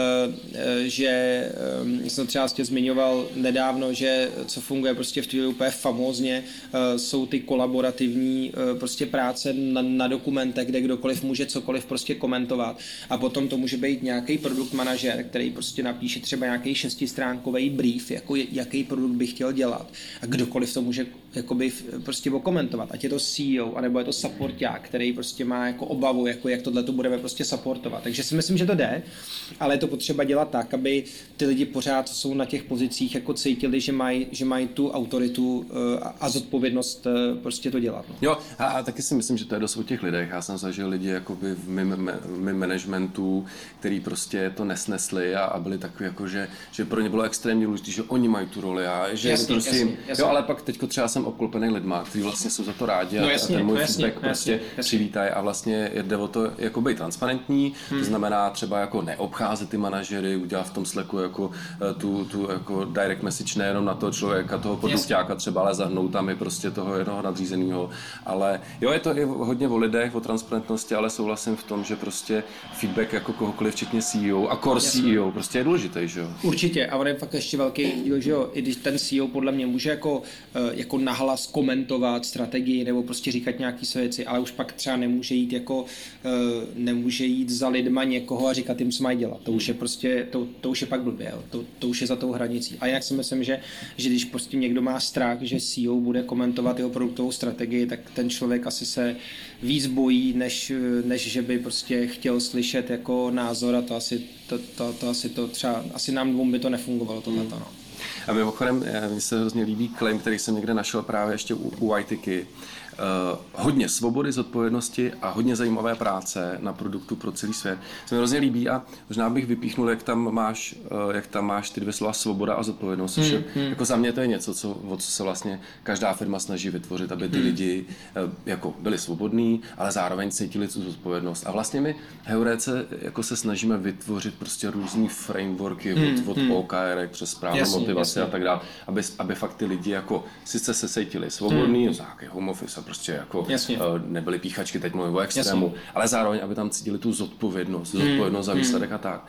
jsem třeba zmiňoval nedávno, že co funguje prostě v Twillu úplně famózně, jsou ty kolaborativní prostě práce na dokumentech, kde kdokoliv může cokoliv prostě komentovat a potom to může být nějaký produkt manažer, který prostě napíše třeba nějaký 6stránkový brief, jako jaký produkt by chtěl dělat a kdokoliv to může jakoby prostě okomentovat, ať je to CEO, anebo je to supporták, který prostě má jako obavu, jako jak tohle to budeme prostě supportovat. Takže si myslím, že to jde, ale je to potřeba dělat tak, aby ty lidi pořád jsou na těch pozicích, jako cítili, že mají tu autoritu a zodpovědnost prostě to dělat. No. Jo, a taky si myslím, že to je dost o těch lidech. Já jsem zažil lidi jakoby v mým managementu, který prostě to nesnesli a byli takový jako, že pro ně bylo extrémně důležité, že oni mají tu roli a že jasně. Jo, ale pak teďko třeba jsem obklopený lidma, kteří vlastně jsou za to rádi a ten můj feedback prostě přivítají a vlastně jde o to jako být transparentní, to znamená třeba jako neobcházet ty manažery, udělat v tom Slacku jako tu jako direct message nejenom na toho člověka, toho produkťáka třeba, ale zahnout tam i prostě toho jednoho nadřízeného, ale jo, je to i hodně o lidech, o transparentnosti, ale souhlasím v tom, že prostě feedback jako kohokoliv, včetně CEO a core CEO, prostě je důležitý, že jo? Určitě, a on je fakt ještě velký rozdíl, že jo, i když ten CEO podle mě může jako nahlas komentovat strategii nebo prostě říkat nějaký své věci, ale už pak třeba nemůže jít za lidma někoho a říkat jim, co mají dělat. To už je prostě, to už je pak blbě, jo. To už je za tou hranicí. A jinak si myslím, že když prostě někdo má strach, že CEO bude komentovat jeho produktovou strategii, tak ten člověk asi se víc bojí, než že by prostě chtěl slyšet jako názor, a asi nám dvou by to nefungovalo tohleto, no. A mimochodem, mně se hrozně líbí claim, který jsem někde našel právě ještě u ITky. Hodně svobody, zodpovědnosti a hodně zajímavé práce na produktu pro celý svět. Se mi hrozně líbí a možná bych vypíchnul, jak tam máš ty dvě slova svoboda a zodpovědnost. Jako za mě to je něco, o co se vlastně každá firma snaží vytvořit, aby ty lidi jako byli svobodní, ale zároveň cítili tu zodpovědnost. A vlastně my Heuréce jako se snažíme vytvořit prostě různý frameworky od OKR přes správnou motivaci a tak dále, aby fakt ty lidi jako sice se cítili svobodní, za nějaký home office, prostě jako nebyly píchačky, teď mluvím o extrému, ale zároveň, aby tam cítili tu zodpovědnost za výsledek a tak.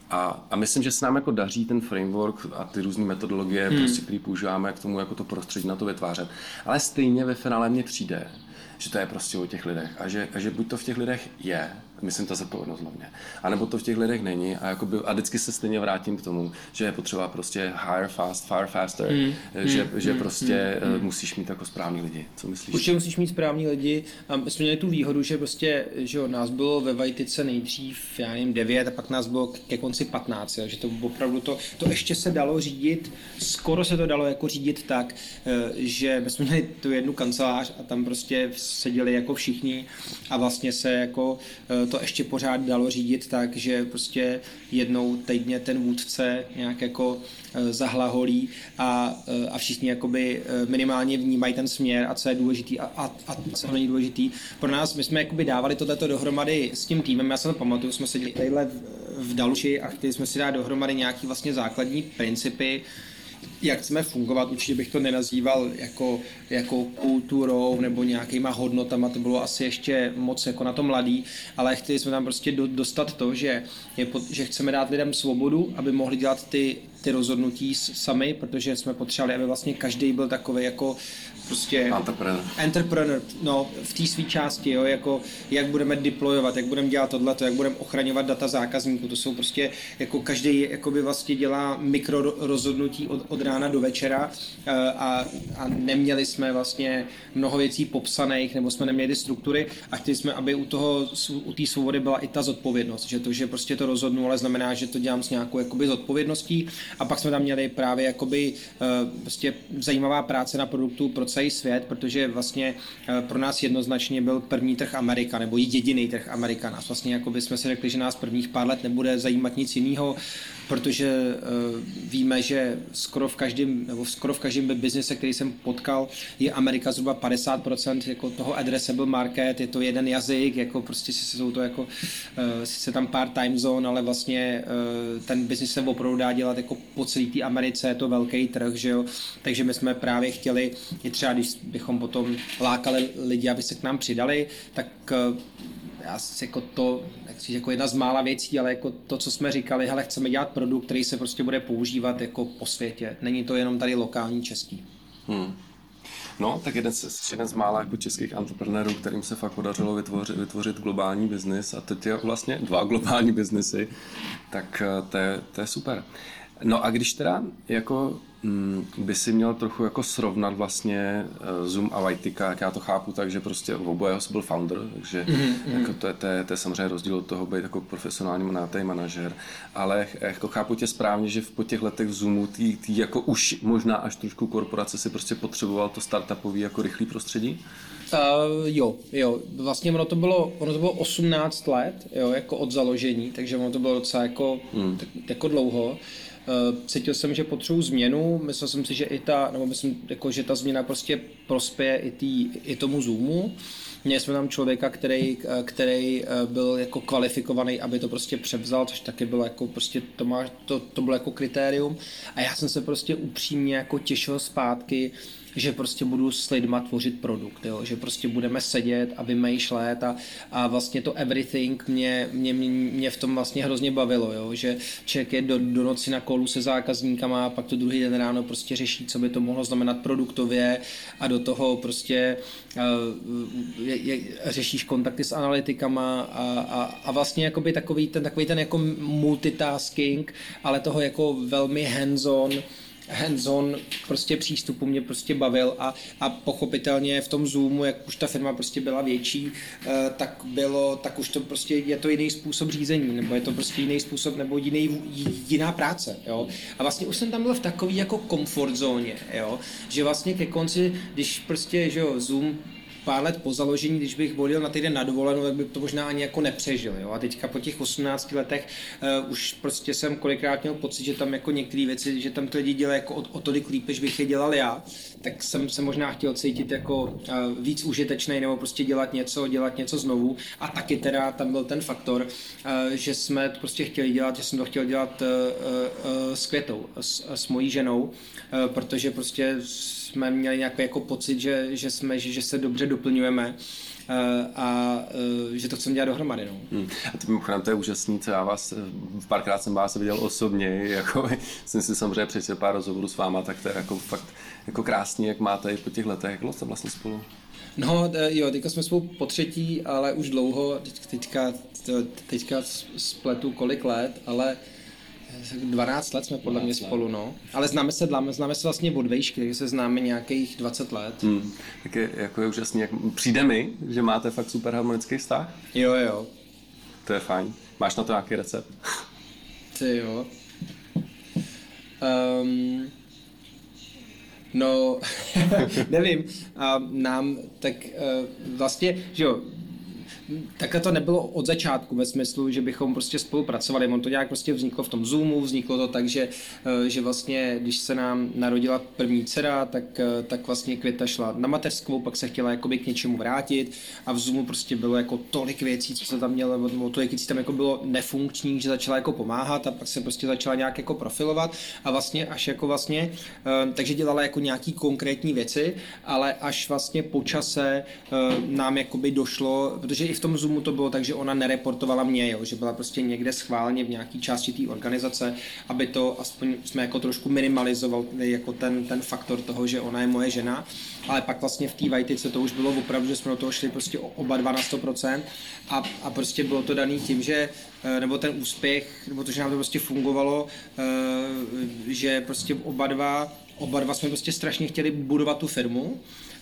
A myslím, že se nám jako daří ten framework a ty různé metodologie, prostě, které používáme k tomu, jako to prostředí na to vytvářet. Ale stejně ve finále mně přijde, že to je prostě o těch lidech a že buď to v těch lidech je, myslím ta zodpovědnost hlavně, anebo to v těch lidech není a vždycky se stejně vrátím k tomu, že je potřeba prostě hire fast, fire faster, že prostě musíš mít jako správní lidi. Co myslíš? Určitě musíš mít správní lidi a my jsme měli tu výhodu, že prostě, že jo, nás bylo ve Vajtice nejdřív, já nevím, 9 a pak nás bylo ke konci 15, jo, že to opravdu to ještě se dalo řídit, skoro se to dalo jako řídit tak, že my jsme měli tu jednu kancelář a tam prostě seděli jako všichni a vlastně se jako to ještě pořád dalo řídit tak, že prostě jednou týdně ten vůdce nějak jako zahlaholí a všichni jakoby minimálně vnímají ten směr a co je důležitý a co není důležitý. Pro nás, my jsme jakoby dávali tohleto dohromady s tím týmem, já se to pamatuju, jsme seděli tadyhle v Daluši a chtěli jsme si dát dohromady nějaký vlastně základní principy, jak chceme fungovat. Určitě bych to nenazýval jako kulturou nebo nějakýma hodnotama, to bylo asi ještě moc jako na to mladý, ale chtěli jsme tam prostě dostat to, že chceme dát lidem svobodu, aby mohli dělat ty rozhodnutí sami, protože jsme potřebovali, aby vlastně každý byl takový jako prostě entrepreneur, no, v té své části, jo, jako jak budeme deployovat, jak budeme dělat tohleto, jak budeme ochraňovat data zákazníků, to jsou prostě, jako každý jakoby vlastně dělá mikro rozhodnutí od rána do večera a neměli jsme vlastně mnoho věcí popsaných, nebo jsme neměli ty struktury a chtěli jsme, aby u té svobody byla i ta zodpovědnost, že prostě to rozhodnu, ale znamená, že to dělám s nějakou jakoby zodpovědností a pak jsme tam měli právě jakoby prostě zajímavá práce na produktu pro celý svět, protože vlastně pro nás jednoznačně byl první trh Amerika, nebo jediný trh Amerika. Nás vlastně jakoby jsme si řekli, že nás prvních pár let nebude zajímat nic jiného, protože víme, že skoro v každém biznise, který jsem potkal, je Amerika zhruba 50% jako toho addressable market, je to jeden jazyk, jako prostě jsou to jako sice tam pár time zone, ale vlastně ten biznis se opravdu dá dělat jako po celé té Americe, je to velký trh, že jo, takže my jsme právě chtěli, i třeba když bychom potom lákali lidi, aby se k nám přidali, tak jako to, jako jedna z mála věcí, ale jako to, co jsme říkali, hele, chceme dělat produkt, který se prostě bude používat jako po světě. Není to jenom tady lokální český. No, tak jeden z mála jako českých entreprenérů, kterým se fakt podařilo vytvořit globální biznis a teď je vlastně 2 globální biznisy, tak to je super. No a když teda jako by si měl trochu jako srovnat vlastně Zoom a Vajtika, jak já to chápu, takže prostě obojeho byl founder, takže jako to je samozřejmě rozdíl od toho být jako profesionální manažer, ale jako chápu tě správně, že po těch letech v Zoomu ty jako už možná až trošku korporace si prostě potřeboval to startupový jako rychlý prostředí? Jo. Vlastně ono to bylo 18 let, jo, jako od založení, takže ono to bylo docela jako dlouho. Cítil jsem, že potřebuji změnu, myslel jsem si, že že ta změna prostě prospěje i tomu Zoomu. Měli jsme tam člověka, který byl jako kvalifikovaný, aby to prostě převzal, což taky bylo jako prostě to bylo jako kritérium. A já jsem se prostě upřímně jako těšil zpátky že prostě budu s lidma tvořit produkt, jo? Že prostě budeme sedět a vymýšlet a vlastně to everything mě v tom vlastně hrozně bavilo, jo? Že člověk je do noci na kolu se zákazníkama a pak to druhý den ráno prostě řeší, co by to mohlo znamenat produktově a do toho prostě řešíš kontakty s analytikama a vlastně jakoby takový ten jako multitasking, ale toho jako velmi hands-on prostě přístupu mě prostě bavil a pochopitelně v tom Zoomu, jak už ta firma prostě byla větší, tak už to prostě je to jiný způsob řízení, nebo je to prostě jiný způsob, nebo jiná práce, jo. A vlastně už jsem tam byl v takový jako comfort zóně, jo, že vlastně ke konci, když prostě, že jo, Zoom pár let po založení, když bych odjel na týden na dovolenou, tak bych to možná ani jako nepřežil. Jo? A teďka po těch 18 letech už prostě jsem kolikrát měl pocit, že tam jako některé věci, že tam to lidi dělají jako o tolik líp, než bych je dělal já, tak jsem se možná chtěl cítit jako víc užitečný nebo prostě dělat něco znovu. A taky teda tam byl ten faktor, že jsme to prostě chtěli dělat, že jsem to chtěl dělat s Květou, s mojí ženou, protože prostě jsme měli nějaký jako pocit, že se dobře doplňujeme a že to chceme dělat dohromady. No. A to je úžasný, co já párkrát jsem vás viděl osobně, jako jsem si samozřejmě přečetl pár rozhovorů s váma, tak to je jako fakt jako krásný, jak máte i po těch letech. Jak dlouho jste vlastně spolu? No jo, teďka jsme spolu po třetí, ale už dlouho, teďka spletu kolik let, ale 12 let jsme podle mě spolu, no. Ale známe se vlastně od vejšky, takže se známe nějakých 20 let. Tak je úžasný. Přijde mi, že máte fakt super harmonický vztah? Jo. To je fajn. Máš na to nějaký recept? Ty jo. No, nevím. Vlastně, že jo, takhle to nebylo od začátku ve smyslu, že bychom prostě spolupracovali. On to nějak prostě vzniklo v tom Zoomu, vzniklo to tak, že vlastně, když se nám narodila první dcera, tak vlastně Květa šla na mateřskou, pak se chtěla jakoby k něčemu vrátit a v Zoomu prostě bylo jako tolik věcí, co se tam mělo, tolik věcí tam jako bylo nefunkční, že začala jako pomáhat a pak se prostě začala nějak jako profilovat a vlastně až jako vlastně, takže dělala jako nějaký konkrétní věci, ale až vlastně po čase nám jakoby došlo, protože i v tom Zoomu to bylo tak, že ona nereportovala mě, jo, že byla prostě někde schválně v nějaký části té organizace, aby to aspoň jsme jako trošku minimalizovali jako ten faktor toho, že ona je moje žena, ale pak vlastně v té Vajtice to už bylo opravdu, že jsme do toho šli prostě oba dva na 100% a prostě bylo to daný tím, že nebo ten úspěch, nebo to, že nám to prostě fungovalo, že prostě oba dva jsme prostě strašně chtěli budovat tu firmu.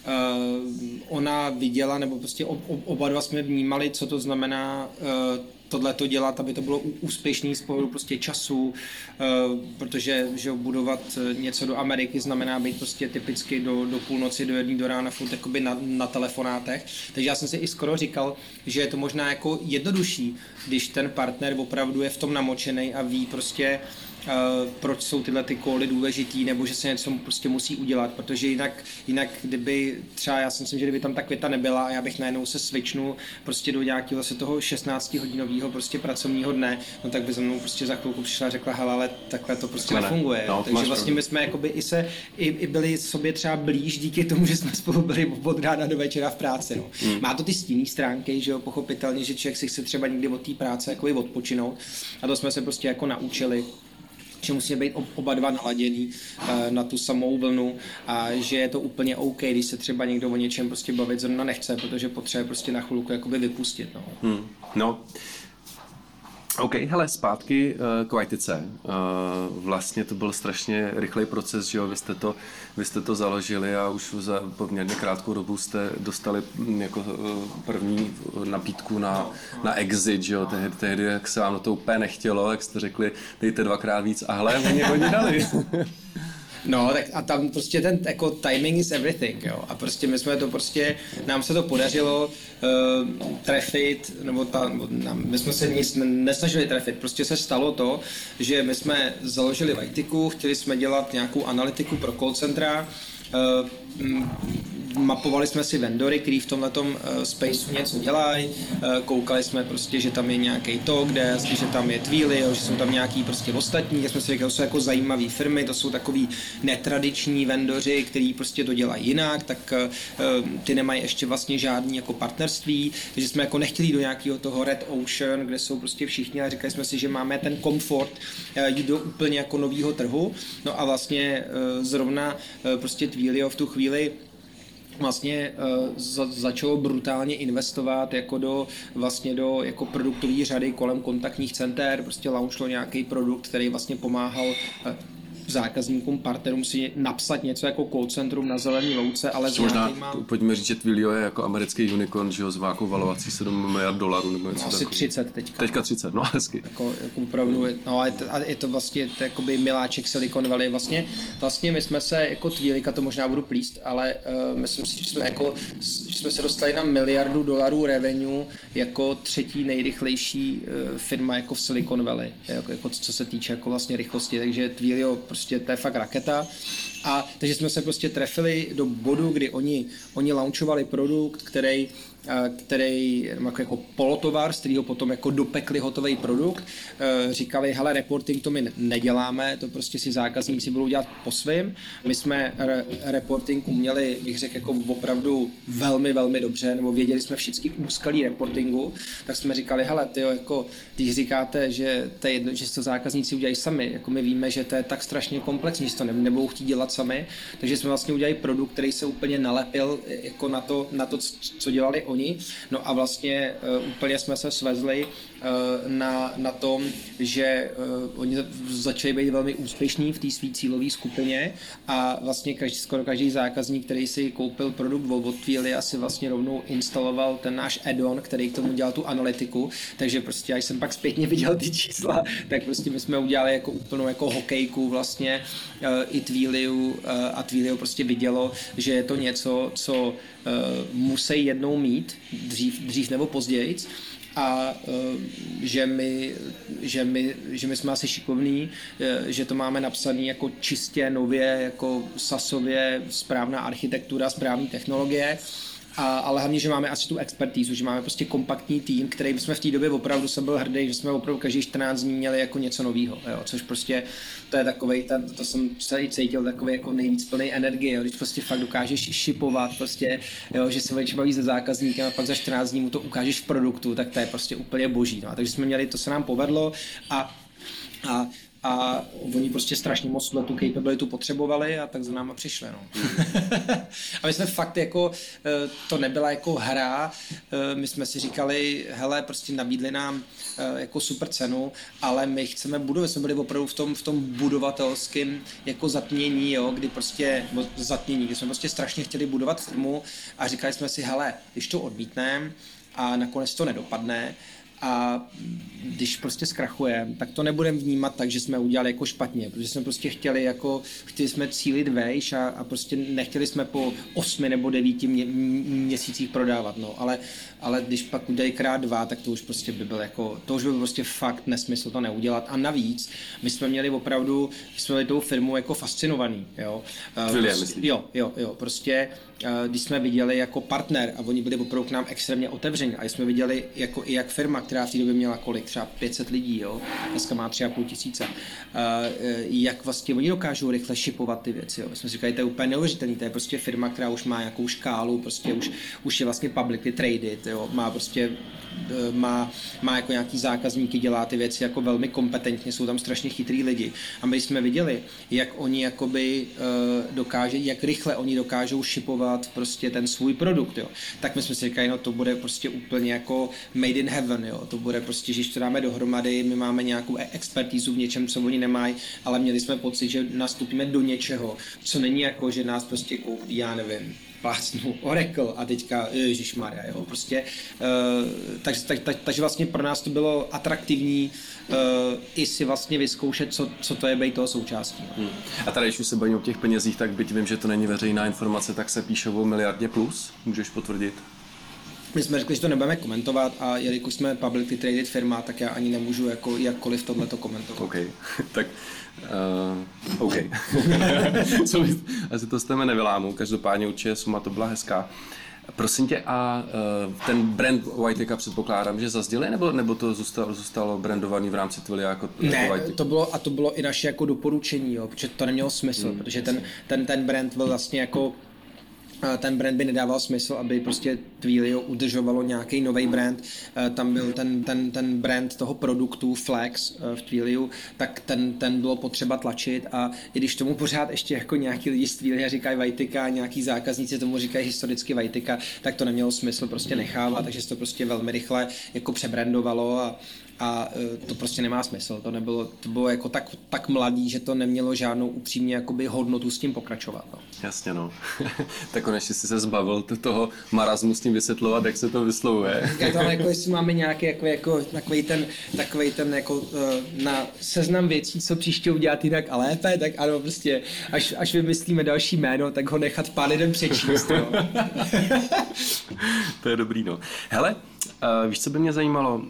Ona viděla, nebo prostě oba dva jsme vnímali, co to znamená tohleto dělat, aby to bylo úspěšný z pohledu prostě času, protože že budovat něco do Ameriky znamená být prostě typicky do půlnoci, do 1 do rána furt jakoby na telefonátech. Takže já jsem si i skoro říkal, že je to možná jako jednodušší, když ten partner opravdu je v tom namočený a ví prostě, proč jsou tyhle ty koly důležitý, nebo že se něco prostě musí udělat, protože jinak kdyby třeba já si myslím, že kdyby tam ta Květa nebyla a já bych najednou se switchnul prostě do nějakého vlastně toho 16hodinového prostě pracovního dne, no tak by za mnou prostě za chvilku přišla a řekla, hele, ale takhle to prostě nefunguje. No, takže vlastně my jsme jakoby i byli sobě třeba blíž díky tomu, že jsme spolu byli od rána do večera v práci. No. Má to ty stinné stránky, že jo, pochopitelně, že člověk si chce třeba někdy od té práce jakoby odpočinout a to jsme se prostě jako naučili, že musíme být oba dva naladěný na tu samou vlnu a že je to úplně OK, když se třeba někdo o něčem prostě bavit zrovna nechce, protože potřebuje prostě na chvilku jakoby vypustit. No. No. OK, hele, zpátky k Vajtice. Vlastně to byl strašně rychlej proces, že jo, vy jste to založili a už za poměrně krátkou dobu jste dostali jako první nabídku na exit, že jo, tehdy, jak se vám to úplně nechtělo, jak jste řekli, dejte 2x víc a hle, oni dali. No, tak a tam prostě ten jako timing is everything, jo. A prostě my jsme to prostě, nám se to podařilo trefit, my jsme se nic nesnažili trefit, prostě se stalo to, že my jsme založili Vajtiku, chtěli jsme dělat nějakou analytiku pro call centra, mapovali jsme si vendory, kteří v tomhletom spaceu něco dělají, koukali jsme prostě, že tam je nějaký Talkdesk, že tam je Twilio, že jsou tam nějaký prostě ostatní, jak jsme si říkali, to jsou jako zajímavé firmy, to jsou takový netradiční vendoři, kteří prostě to dělají jinak, tak ty nemají ještě vlastně žádný jako partnerství, takže jsme jako nechtěli do nějakého toho Red Ocean, kde jsou prostě všichni, ale říkali jsme si, že máme ten komfort jít do úplně jako nového trhu, no a vlastně zrovna prostě Twilio v tu chvíli vlastně začalo brutálně investovat jako do jako produktové řady kolem kontaktních center, prostě launchlo nějaký produkt, který vlastně pomáhal zákazníkům, partnerům si napsat něco jako call centrum na zelený louce, ale s nějakýma... Pojďme říct, že Twilio je jako americký unicorn, že ho s nějakou valovací $7 miliard nebo něco asi takový. 30 teďka. Teďka 30, no hezky. Jako opravdu, no a je to vlastně jakoby miláček Silicon Valley. Vlastně my jsme se jako Twilika, to možná budu plíst, ale myslím si, že jsme se dostali na $1 miliard revenue jako třetí nejrychlejší firma jako v Silicon Valley, jako co se týče jako vlastně rychlosti, takže Twilio prostě to je fakt raketa. A takže jsme se prostě trefili do bodu, kdy oni launchovali produkt, který jako polotovar, z kterého potom jako dopekli hotový produkt. Říkali, hele, reporting to my neděláme, to prostě si zákazníci budou dělat po svým. My jsme reporting uměli, bych řekl, jako opravdu velmi, velmi dobře, nebo věděli jsme všichni úskalí reportingu, tak jsme říkali, hele, tyjo, jako, když říkáte, že to je jedno, že to zákazníci udělají sami, jako my víme, že to je tak strašně komplexní, že to nebudou chtít dělat sami, takže jsme vlastně udělali produkt, který se úplně nalepil jako na to, co dělali oni. No a vlastně úplně jsme se svezli na tom, že oni začali být velmi úspěšní v té své cílové skupině a vlastně skoro každý zákazník, který si koupil produkt od Twilia, si vlastně rovnou instaloval ten náš add-on, který k tomu dělal tu analytiku, takže prostě až jsem pak zpětně viděl ty čísla, tak prostě my jsme udělali jako úplnou jako hokejku vlastně i Twiliu a Twilio prostě vidělo, že je to něco, co musí jednou mít, dřív nebo později, a že my jsme asi šikovní, že to máme napsané jako čistě nově, jako SaaSově, správná architektura, správné technologie, ale hlavně, že máme asi tu expertízu, že máme prostě kompaktní tým, který jsme v té době opravdu jsem byl hrdý, že jsme opravdu každý 14 dní měli jako něco nového, což prostě to je takovej, to jsem se i cítil takový jako nejvíc plný energie, když prostě fakt dokážeš šipovat, prostě, že se velice baví se zákazníkem a pak za 14 dní mu to ukážeš v produktu, tak to je prostě úplně boží. No. Takže jsme měli, to se nám povedlo a oni prostě strašně moc tu capabilitu potřebovali a tak za náma přišli. No. A my jsme fakt jako, to nebyla jako hra, my jsme si říkali, hele, prostě nabídli nám jako super cenu, ale my chceme budovat, jsme byli opravdu v tom budovatelském jako zatmění, kdy prostě, kdy jsme prostě strašně chtěli budovat firmu a říkali jsme si, hele, když to odmítneme a nakonec to nedopadne, a když prostě zkrachujeme, tak to nebudeme vnímat tak, že jsme udělali jako špatně, protože jsme prostě chtěli jsme cílit vejš a prostě nechtěli jsme po 8 nebo 9 měsících prodávat, no, ale když pak udělají krát 2, tak to už prostě by byl prostě fakt nesmysl to neudělat a navíc my jsme měli opravdu, tou firmu jako fascinovaný, jo. Jo, prostě když jsme viděli jako partner a oni byli opravdu k nám extrémně otevření a jsme viděli jako i jak firma, která v té době měla kolik, třeba 500 lidí, jo, dneska má 3,5 000, jak vlastně oni dokážou rychle šipovat ty věci, jo. My jsme si říkali, to je úplně neuvěřitelný, to je prostě firma, která už má nějakou škálu, prostě už je vlastně publicly traded, jo, má prostě má jako nějaký zákazníky, dělá ty věci jako velmi kompetentně, jsou tam strašně chytrý lidi. A my jsme viděli, jak oni jakoby dokáží, jak rychle oni dokážou shipovat prostě ten svůj produkt, jo. Tak my jsme si říkali, no to bude prostě úplně jako made in heaven, jo. To bude prostě, že když to dáme dohromady, my máme nějakou expertízu v něčem, co oni nemají, ale měli jsme pocit, že nastupíme do něčeho, co není jako, že nás prostě koupí, já nevím, plácnu Oracle a teďka ježišmarja, jo, prostě, takže vlastně pro nás to bylo atraktivní i si vlastně vyzkoušet, co to je být toho součástí. A tady, když už se bavím o těch penězích, tak byť vím, že to není veřejná informace, tak se píše o miliardě plus, můžeš potvrdit? My jsme řekli, že to nebudeme komentovat a jelikož jsme publicly traded firma, tak já ani nemůžu jako jakkoliv tohleto komentovat. OK, tak OK. Asi to z tebe nevylámu, každopádně určitě suma to byla hezká. Prosím tě, a ten brand Whiteka předpokládám, že zazděli, nebo to zůstalo brandovaný v rámci Twilia jako Whiteka? To bylo i naše jako doporučení, jo, protože to nemělo smysl, protože ten brand byl vlastně jako ten brand by nedával smysl, aby prostě Twilio udržovalo nějaký nový brand. Tam byl ten brand toho produktu Flex v Twiliu, tak ten bylo potřeba tlačit a i když tomu pořád ještě jako nějaký lidi z Twilia říkají Whiteka, nějaký zákazníci tomu říkají historicky Whiteka, tak to nemělo smysl prostě nechávat, takže se to prostě velmi rychle jako přebrandovalo a to prostě nemá smysl. To bylo jako tak mladý, že to nemělo žádnou upřímně jakoby hodnotu s tím pokračovat. No. Jasně, no. Tak konečně si se zbavil toho marazmu s tím vysvětlovat, jak se to vyslovuje. Já to ale jako, jestli máme nějaký takovej ten jako na seznam věcí, co příště udělat jinak a lépe, tak ano, prostě až vymyslíme další jméno, tak ho nechat pár lidem přečíst. No. To je dobrý, no. Hele, víš, co by mě zajímalo?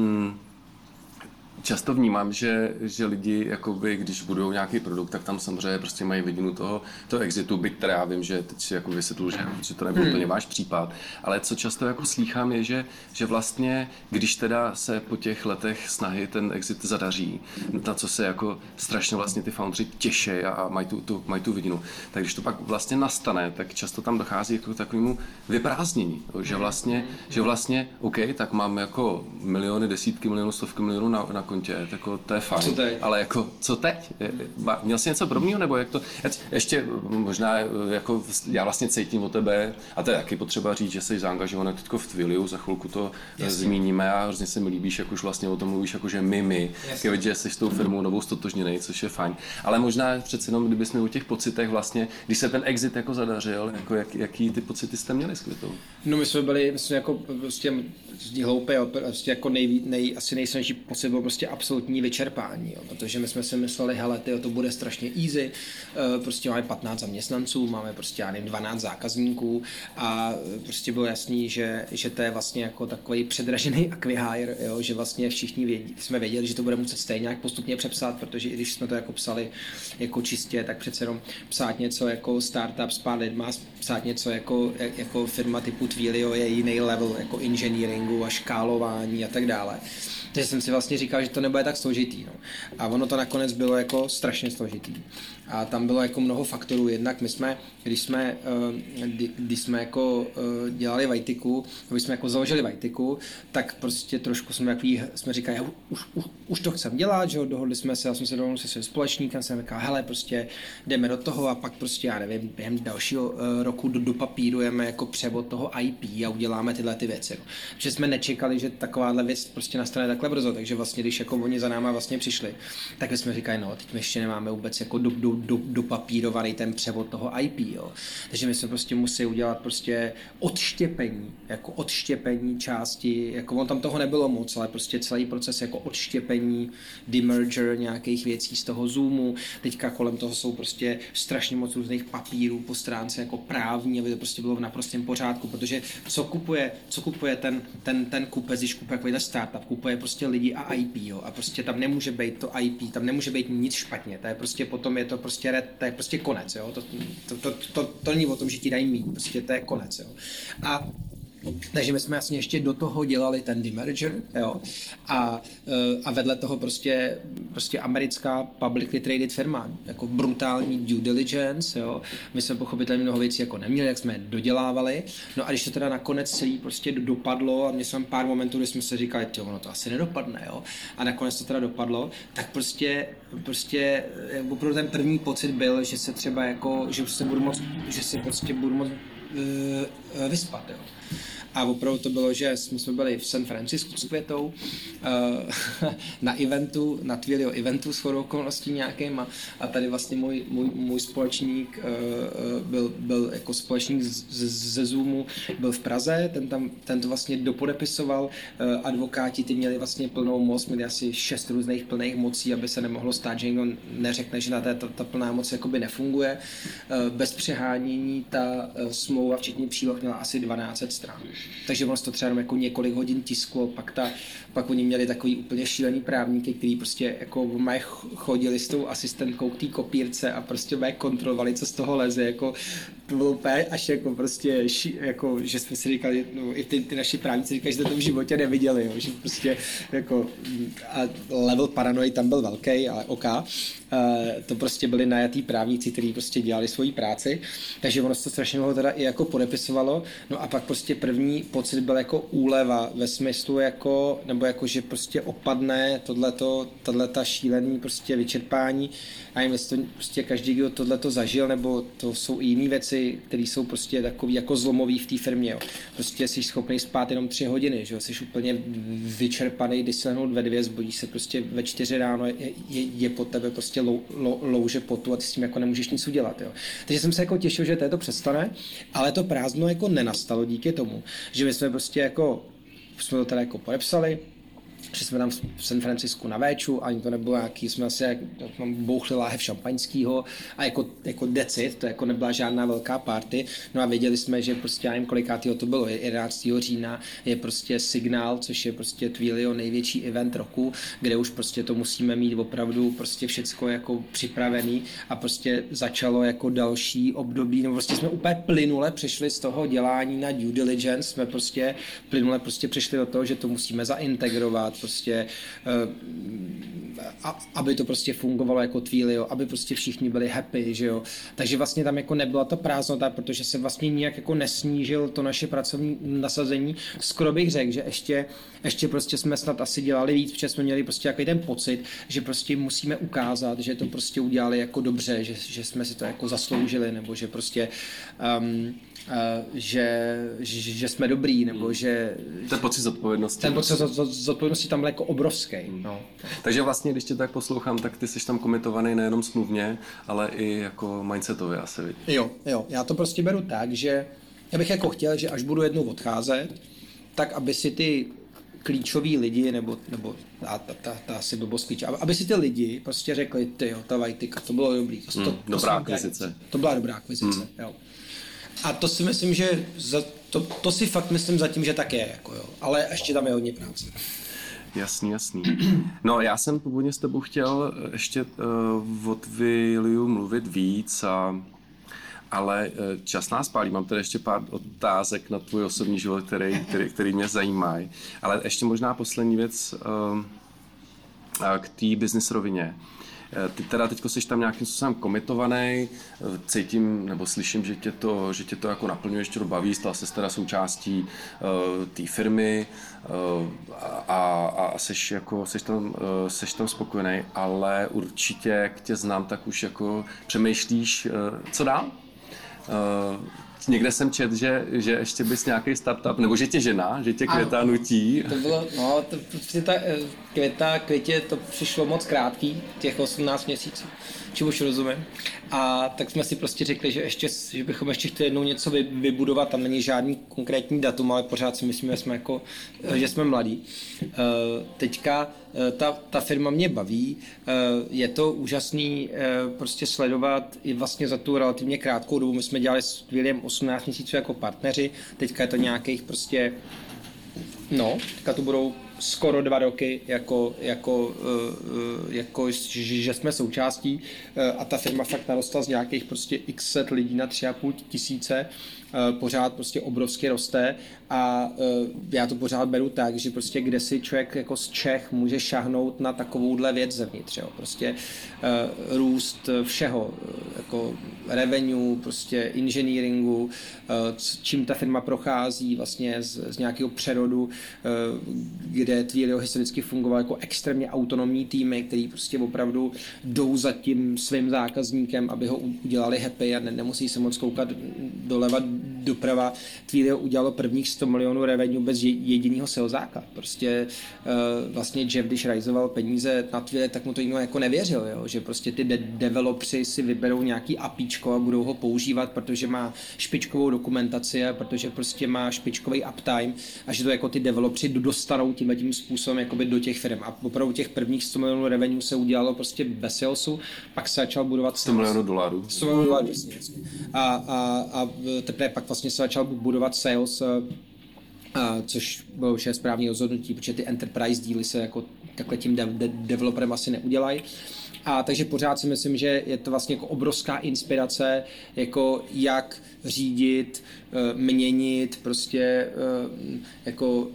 Často vnímám, že lidi, jakoby, když budou nějaký produkt, tak tam samozřejmě prostě mají vidinu toho exitu, byť teda já vím, že teď si jako vysvětlu, že to nebyl úplně váš případ, ale co často jako slýchám je, že vlastně, když teda se po těch letech snahy ten exit zadaří, na co se jako strašně vlastně ty foundři těší a mají tu vidinu, tak když to pak vlastně nastane, tak často tam dochází jako k takovému vyprázdnění, že vlastně OK, tak mám jako miliony, desítky milionů, stovky milionů na kontě, jako to je fajn, ale jako co teď? Měl jsi něco podobného, nebo jak to? Ještě možná jako já vlastně cítím o tebe, a to je taky potřeba říct, že jsi zaangažovaný teďko v Twiliu, za chvilku to zmíníme a hrozně se mi líbíš, jak už vlastně o tom mluvíš, jako že my, že jsi s tou firmou novou stotožněnej, což je fajn. Ale možná přece jenom, kdybychom o těch pocitech vlastně, když se ten exit jako zadařil, jako jaký ty pocity jste měli s Kvitou? No my jsme jako prostě hloupé, prostě jako asi nejsilnější pocit byl prostě absolutní vyčerpání, jo, protože my jsme si mysleli, hele, to bude strašně easy, prostě máme 15 zaměstnanců, máme prostě, já nevím, 12 zákazníků a prostě bylo jasný, že to je vlastně jako takový předražený acquihire, jo, že vlastně všichni jsme věděli, že to bude muset stejně nějak postupně přepsat, protože i když jsme to jako psali jako čistě, tak přece jenom psát něco jako startup s pár lidma, psát něco jako firma typu Twilio je jiný level jako engineeringu a škálování a tak dále. Takže jsem si vlastně říkal, že to nebude tak složitý. No. A ono to nakonec bylo jako strašně složitý. A tam bylo jako mnoho faktorů. Jednak když jsme jako dělali Whiteku, když jsme jako založili Whiteku, tak prostě trošku jsme říkali, už to chcem dělat, že dohodli jsme se, já jsem se dohodl se svým společníkem, jsem říkal, hele, prostě jdeme do toho a pak prostě, já nevím, během dalšího roku dopapírujeme jako převod toho IP a uděláme tyhle ty věci. No. Protože jsme nečekali, že takováhle věc prostě nastane takhle brzo, takže vlastně, když jako oni za náma vlastně přišli, tak jsme říkali, no, teď my ještě nemáme vůbec jako dopapírovaný ten převod toho IP, jo. Takže my jsme prostě museli udělat prostě odštěpení části, jako on tam toho nebylo moc, ale prostě celý proces jako odštěpení, demerger nějakých věcí z toho Zoomu, teďka kolem toho jsou prostě strašně moc různých papírů po stránce jako právní, aby to prostě bylo v naprostém pořádku, protože co kupuje ten kupec, když kupuje startup, kupuje prostě lidi a IP, jo, a prostě tam nemůže být to IP, tam nemůže být nic špatně, to je prostě potom je to prostě konec, jo, to není o tom, že ti dají mít, prostě to je konec, jo. Takže my jsme jasně ještě do toho dělali ten demerger, jo, a vedle toho prostě americká publicly traded firma, jako brutální due diligence, jo, my jsme pochopitelně mnoho věcí jako neměli, jak jsme je dodělávali, no a když to teda nakonec celý prostě dopadlo a měli jsme pár momentů, kdy jsme se říkali, ono to asi nedopadne, jo, a nakonec to teda dopadlo, tak prostě opravdu ten první pocit byl, že se třeba jako, že se prostě budu moct vyspat, jo. A opravdu to bylo, že jsme byli v San Francisku s Květou na eventu, na Twilio eventu s chodou okolností nějakým a tady vlastně můj společník byl jako společník ze Zoomu, byl v Praze, ten to vlastně dopodepisoval, advokáti ty měli vlastně plnou moc, měli asi 6 různých plných mocí, aby se nemohlo stát, že někdo neřekne, že na ta plná moc jakoby nefunguje. Bez přehánění ta smlouva, včetně příloh, měla asi 12 stran. Takže ono to třeba jenom jako několik hodin tisklo, pak oni měli takový úplně šílený právníky, který prostě jako chodili s tou asistentkou k té kopírce a prostě kontrolovali, co z toho leze, jako to bylo úplně až jako prostě, jako, že jsme si říkali, no i ty naši právníci říkali, že to v životě neviděli, jo, že prostě jako a level paranoid tam byl velký, ale OK. To prostě byli najatý právníci, kteří prostě dělali svoji práci, takže ono se to strašně dlouho teda i jako podepisovalo, no a pak prostě první pocit byl jako úleva ve smyslu jako, nebo jako, že prostě opadne tohleto šílený prostě vyčerpání a jim to prostě každý, kdo tohleto zažil, nebo to jsou i jiné věci, které jsou prostě takový jako zlomový v té firmě, jo. Prostě jsi schopný spát jenom 3 hodiny, že jo, jsi úplně vyčerpaný, když se lehnout ve 2, zbudíš se prostě ve 4 ráno, je po tebe prostě louže potu a ty s tím jako nemůžeš nic udělat, jo. Takže jsem se jako těšil, že to přestane, ale to prázdno jako nenastalo díky tomu, že my jsme prostě jako, jsme to teda jako podepsali, že jsme tam v San Francisku na véču, ani to nebylo nějaký, jsme asi bouchli láhev šampaňskýho a jako decit, to jako nebyla žádná velká party, no a věděli jsme, že prostě já nevím kolikátýho to bylo, 11. října je prostě Signál, což je prostě Twilio největší event roku, kde už prostě to musíme mít opravdu prostě všecko jako připravený a prostě začalo jako další období, no prostě jsme úplně plynule přešli z toho dělání na due diligence, jsme prostě plynule prostě přešli do toho, že to musíme zaintegrovat, prostě, aby to prostě fungovalo jako Twilio, aby prostě všichni byli happy, že jo. Takže vlastně tam jako nebyla ta prázdnota, protože se vlastně nijak jako nesnížil to naše pracovní nasazení. Skoro bych řekl, že ještě prostě jsme snad asi dělali víc, protože jsme měli prostě jako ten pocit, že prostě musíme ukázat, že to prostě udělali jako dobře, že jsme si to jako zasloužili, nebo že prostě že jsme dobrý, nebo že... Ten pocit zodpovědnosti. Ten pocit zodpovědnosti tam byl jako obrovský. No. Takže vlastně, když tě tak poslouchám, tak ty jsi tam komitovaný nejenom smluvně, ale i jako mindsetově asi. Jo, já to prostě beru tak, že já bych jako chtěl, že až budu jednou odcházet, tak aby si ty klíčoví lidi, nebo ta asi blbost klíč, aby si ty lidi prostě řekli, tyjo, ta Vajtika, to bylo dobrý. Dobrá akvizice. To byla dobrá akvizice, jo. A to si myslím, že to si fakt myslím zatím, že tak je, jako jo. Ale ještě tam je hodně práce. Jasný. No já jsem původně s tebou chtěl ještě o Twiliu mluvit víc, ale čas nás pálí. Mám tady ještě pár otázek na tvůj osobní život, který mě zajímají. Ale ještě možná poslední věc k té business rovině. Ty teda teďko jsi tam nějakým způsobem komitovaný, cítím nebo slyším, že tě to jako naplňuje, že tě to baví, stala se teda součástí té firmy a seš tam spokojený, ale určitě, jak tě znám, tak už jako přemýšlíš, co dál? Někde jsem čet, že ještě bys nějaký startup, nebo že tě žena, že tě Květa nutí. To bylo, no, Květě to přišlo moc krátký, těch 18 měsíců, čemu už rozumím. A tak jsme si prostě řekli, že bychom ještě chtěli jednou něco vybudovat, tam není žádný konkrétní datum, ale pořád si myslíme, že jsme mladí. Teďka ta firma mě baví, je to úžasný prostě sledovat i vlastně za tu relativně krátkou dobu. My jsme dělali s Twiliem 18 měsíců jako partneři, teďka je to nějakých prostě, teďka to budou skoro 2 roky, že jsme součástí a ta firma fakt narostla z nějakých prostě x set lidí na 3,5 tisíce, pořád prostě obrovsky roste a já to pořád beru tak, že prostě kde si člověk jako z Čech může šahnout na takovouhle věc zevnitř, jo. Prostě růst všeho, jako revenue, prostě engineeringu, čím ta firma prochází vlastně z nějakého přerodu, kde Twilio historicky fungoval jako extrémně autonomní týmy, který prostě opravdu jdou za tím svým zákazníkem, aby ho udělali happy a nemusí se moc koukat doleva, doprava. Twilio udělalo prvních 100 milionů revenue bez jediného salesáka. Prostě vlastně Jeff, když rajzoval peníze na Twilio, tak mu to nikdo jako nevěřil, jo? Že prostě ty developři si vyberou nějaký APIčko a budou ho používat, protože má špičkovou dokumentaci a protože prostě má špičkový uptime a že to jako ty developři dostanou tím způsobem jakoby do těch firm. A opravdu těch prvních 100 milionů revenue se udělalo prostě bez salesu, pak se začal budovat 100 milionů dolarů. 100 milionů dolarů, jasně. A teprve pak vlastně se začal budovat sales, což bylo vše správné rozhodnutí, protože ty enterprise díly se jako takhle tím developerem asi neudělají. A takže pořád si myslím, že je to vlastně jako obrovská inspirace, jako jak řídit, měnit prostě jako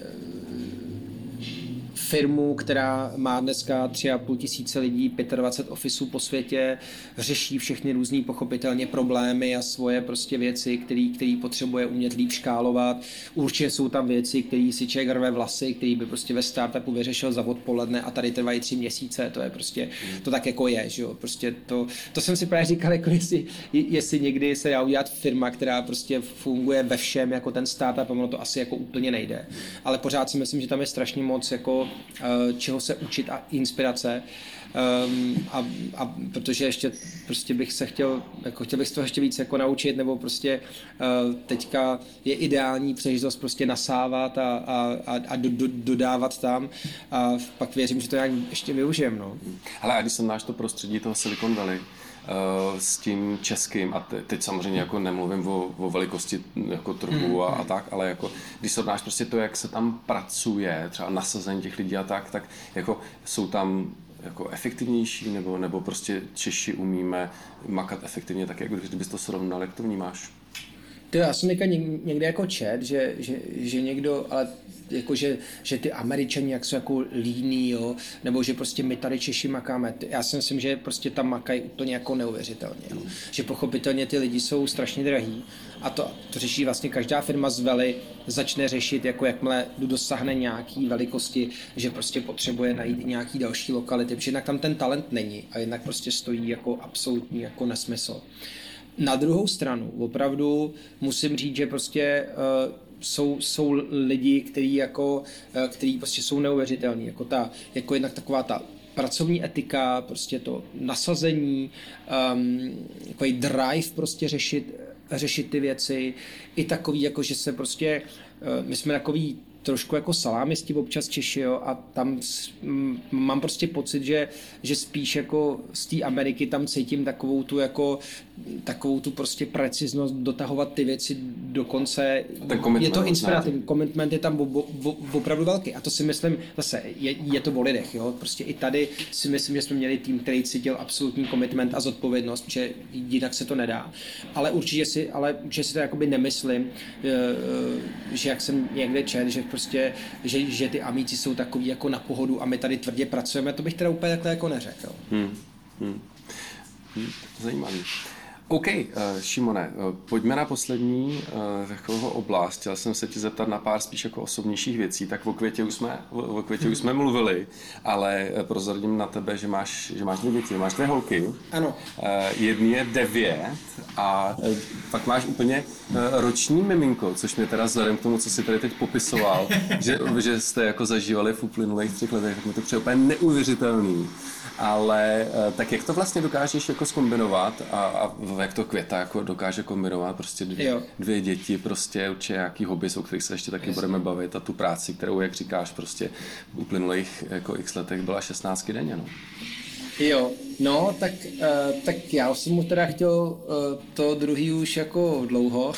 firmu, která má dneska 3,5 tisíce lidí, 25 ofisů po světě, řeší všechny různý pochopitelně problémy a svoje prostě věci, který potřebuje umět líp škálovat. Určitě jsou tam věci, které si člověk rve vlasy, který by prostě ve startupu vyřešil za odpoledne a tady trvají 3 měsíce, to je prostě, to tak jako je, že jo, prostě to jsem si právě říkal, jako jestli někdy se dá udělat firma, která prostě funguje ve všem jako ten startup, a ono to asi jako úplně nejde. Ale pořád si myslím, že tam je strašně moc jako čeho se učit a inspirace, a protože ještě prostě bych se chtěl bych z toho ještě víc jako naučit, nebo prostě teďka je ideální příležitost prostě nasávat a dodávat tam, a pak věřím, že to nějak ještě využijem. No. Ale a když jsem máš to prostředí toho Silicon Valley, s tím českým, a teď samozřejmě jako nemluvím o velikosti jako trhu a tak, ale jako když se odnáš prostě to, jak se tam pracuje, třeba nasazení těch lidí a tak jako jsou tam jako efektivnější, nebo prostě Češi umíme makat efektivně, tak jak kdybys to srovnal, jak to vnímáš? Já jsem někde jako čet, že někdo, ale jako, že ty Američani jak jsou jako líní, jo, nebo že prostě my tady Češi makáme. Já si myslím, že prostě tam makají úplně jako neuvěřitelně. Jo. Že pochopitelně ty lidi jsou strašně drahý a to řeší vlastně každá firma z Veli, začne řešit, jako jakmile dosáhne nějaký velikosti, že prostě potřebuje najít nějaký další lokality, protože jinak tam ten talent není a jinak prostě stojí jako absolutní jako nesmysl. Na druhou stranu, opravdu musím říct, že prostě jsou lidi, kteří prostě jsou neuvěřitelní, jako jednak taková ta pracovní etika, prostě to nasazení, takový drive prostě řešit ty věci, i takový, jako že se prostě, my jsme takový trošku jako salámisti občas Češi, jo, a tam mám prostě pocit, že spíš jako z té Ameriky tam cítím takovou tu prostě preciznost dotahovat ty věci do konce. Je to inspirativní, commitment je tam opravdu velký a to si myslím, zase je to o lidech, jo, prostě i tady si myslím, že jsme měli tým, který cítil absolutní commitment a zodpovědnost, že jinak se to nedá, ale určitě si to jakoby nemyslím, že jak jsem někde četl, že prostě, že ty Amíci jsou takový jako na pohodu a my tady tvrdě pracujeme, to bych teda úplně takhle jako neřekl. Zajímavý. OK, Šimone, pojďme na poslední takovou oblast. Chtěl jsem se ti zeptat na pár spíš jako osobnějších věcí. Tak o Květě už jsme mluvili, ale prozradím na tebe, že máš 2 děti, máš 2 holky. Ano. Jedný je 9 a pak máš úplně roční miminko, což mě teda vzhledem k tomu, co jsi tady teď popisoval, že jste jako zažívali v uplynulých 3 letech, tak mi to přijde úplně neuvěřitelný. Ale tak jak to vlastně dokážeš jako zkombinovat a jak to Květa jako dokáže kombinovat prostě 2 děti, prostě určitě nějaký hobby, o kterých se ještě taky budeme bavit, a tu práci, kterou, jak říkáš, prostě v uplynulých jako x letech byla 16 denně, no. Jo, no, tak já jsem mu teda chtěl to druhý už jako dlouho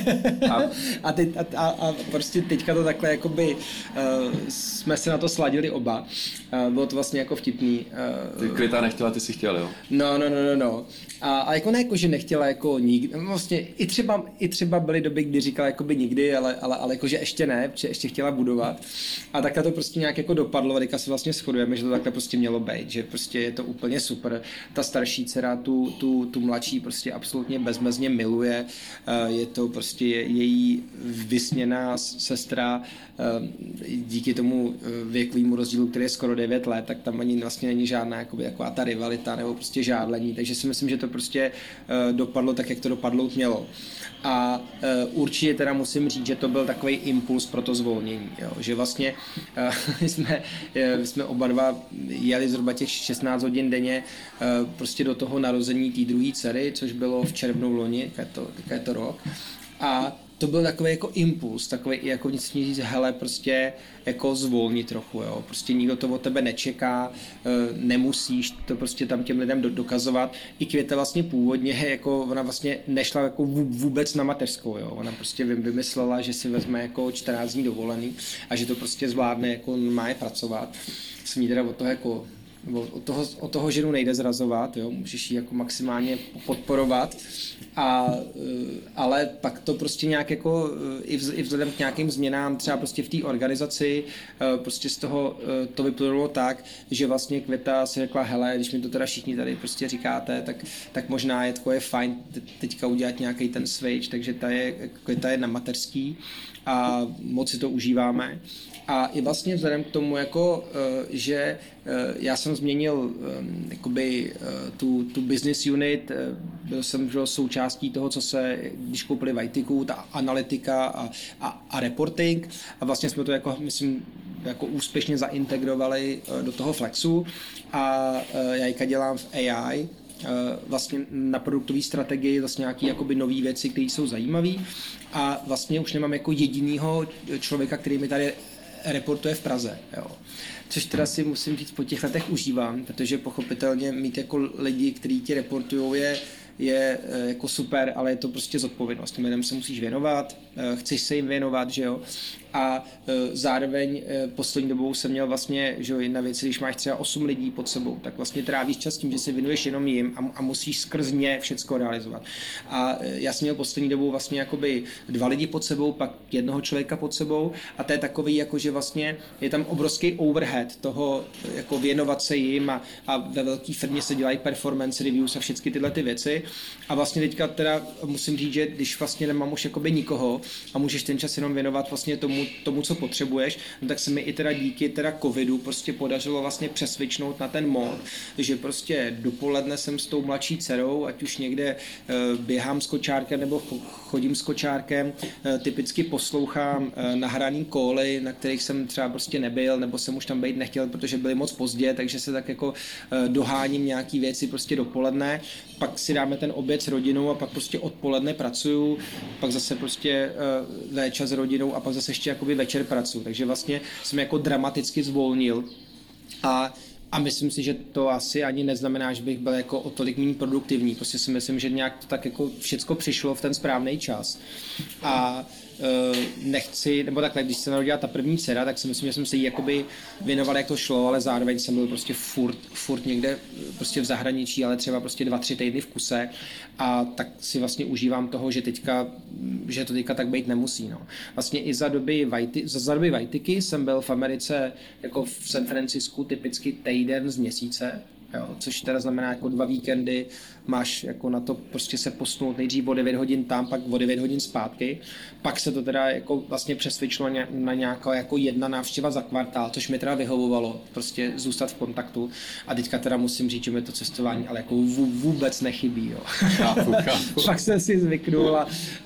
a prostě teďka to takhle jakoby jsme se na to sladili oba. Bylo to vlastně jako vtipný. Ty Květa nechtěla, ty si chtěl, jo? No. A jako ne jako, že nechtěla jako nikdy, vlastně i třeba byly doby, kdy říkala jakoby nikdy, ale jako, že ještě ne, že ještě chtěla budovat. A takhle to prostě nějak jako dopadlo a teďka se vlastně shodujeme, že to takhle prostě mělo být, že prostě je to úplně super. Ta starší dcera tu mladší prostě absolutně bezmezně miluje. Je to prostě její vysněná sestra. Díky tomu věkovému rozdílu, který je skoro 9 let, tak tam ani vlastně není žádná jakoby, taková ta rivalita nebo prostě žádlení. Takže si myslím, že to prostě dopadlo tak, jak to dopadlout mělo. A určitě teda musím říct, že to byl takový impuls pro to zvolnění. Jo? Že vlastně jsme oba dva jeli zhruba těch 16 hodin denně prostě do toho narození té druhé dcery, což bylo v červnu loni, teďka je to rok. A to byl takový jako impuls, takový jako nic říct, hele, prostě jako zvolni trochu, jo, prostě nikdo to od tebe nečeká, nemusíš to prostě tam těm lidem dokazovat. I Květa vlastně původně, jako ona vlastně nešla jako vůbec na mateřskou, jo, ona prostě vymyslela, že si vezme jako 14 dní dovolený a že to prostě zvládne jako má je pracovat. Jsem jí teda od toho jako od toho ženu nejde zrazovat, jo? Můžeš ji jako maximálně podporovat, ale pak to prostě nějak jako i vzhledem k nějakým změnám třeba prostě v té organizaci prostě z toho to vyplynulo tak, že vlastně Květa si řekla, hele, když mi to teda všichni tady prostě říkáte, tak možná je fajn teďka udělat nějaký ten switch, takže Květa je na mateřský a moc si to užíváme. A i vlastně vzhledem k tomu, jako, že já jsem změnil jakoby, tu business unit, byl jsem součástí toho, co se, když koupili Vajtiku, ta analytika a reporting a vlastně jsme to jako, myslím, jako úspěšně zaintegrovali do toho Flexu a já dělám v AI, vlastně na produktové strategii vlastně nějaké jakoby nové věci, které jsou zajímavé a vlastně už nemám jako jedinýho člověka, který mi tady reportuje v Praze, jo. Což teda si musím říct po těch letech užívám, protože pochopitelně mít jako lidi, kteří ti reportujou je jako super, ale je to prostě zodpovědnost. Těm lidem se musíš věnovat, chceš se jim věnovat, že jo. A zároveň poslední dobou jsem měl vlastně, že jo, jedna věc, když máš třeba 8 lidí pod sebou, tak vlastně trávíš čas tím, že se věnuješ jenom jim a musíš skrz ně všecko realizovat. A já jsem měl poslední dobou vlastně jakoby 2 lidi pod sebou, pak jednoho člověka pod sebou a to je takový, jako že vlastně je tam obrovský overhead toho, jako věnovat se jim a ve velké firmě se dělají performance reviews a všechny tyhle ty věci. A vlastně teďka teda musím říct, že když vlastně nemám už jakoby nikoho a můžeš ten čas jenom věnovat vlastně tomu, co potřebuješ, no tak se mi i teda díky teda covidu prostě podařilo vlastně přesvičnout na ten mod, že prostě dopoledne jsem s tou mladší dcerou, ať už někde běhám s kočárkem nebo chodím s kočárkem, typicky poslouchám nahraný cally, na kterých jsem třeba prostě nebyl, nebo jsem už tam být nechtěl, protože byly moc pozdě, takže se tak jako doháním nějaký věci prostě dopoledne, pak si dáme ten oběd s rodinou a pak prostě odpoledne pracuju, pak zase prostě čas s rodinou a pak zase ještě jakoby večer pracuju, takže vlastně jsem jako dramaticky zvolnil a myslím si, že to asi ani neznamená, že bych byl jako o tolik méně produktivní, prostě si myslím, že nějak to tak jako všecko přišlo v ten správný čas a nechci, nebo takhle, když se narodila ta první dcera, tak si myslím, že jsem se jí jakoby věnoval, jak to šlo, ale zároveň jsem byl prostě furt někde prostě v zahraničí, ale třeba prostě 2-3 týdny v kuse a tak si vlastně užívám toho, že to teďka tak být nemusí, no. Vlastně i za doby Vajtiky jsem byl v Americe jako v San Francisku typicky týden z měsíce, jo, což teda znamená jako 2 víkendy, máš jako na to prostě se posunout nejdřív o 9 hodin tam, pak o 9 hodin zpátky. Pak se to teda jako vlastně přesvědčilo na nějaká jako 1 návštěva za kvartál, což mi teda vyhovovalo, prostě zůstat v kontaktu. A teďka teda musím říct, že mi to cestování ale jako vůbec nechybí, jo. Pak jsem si zvyknul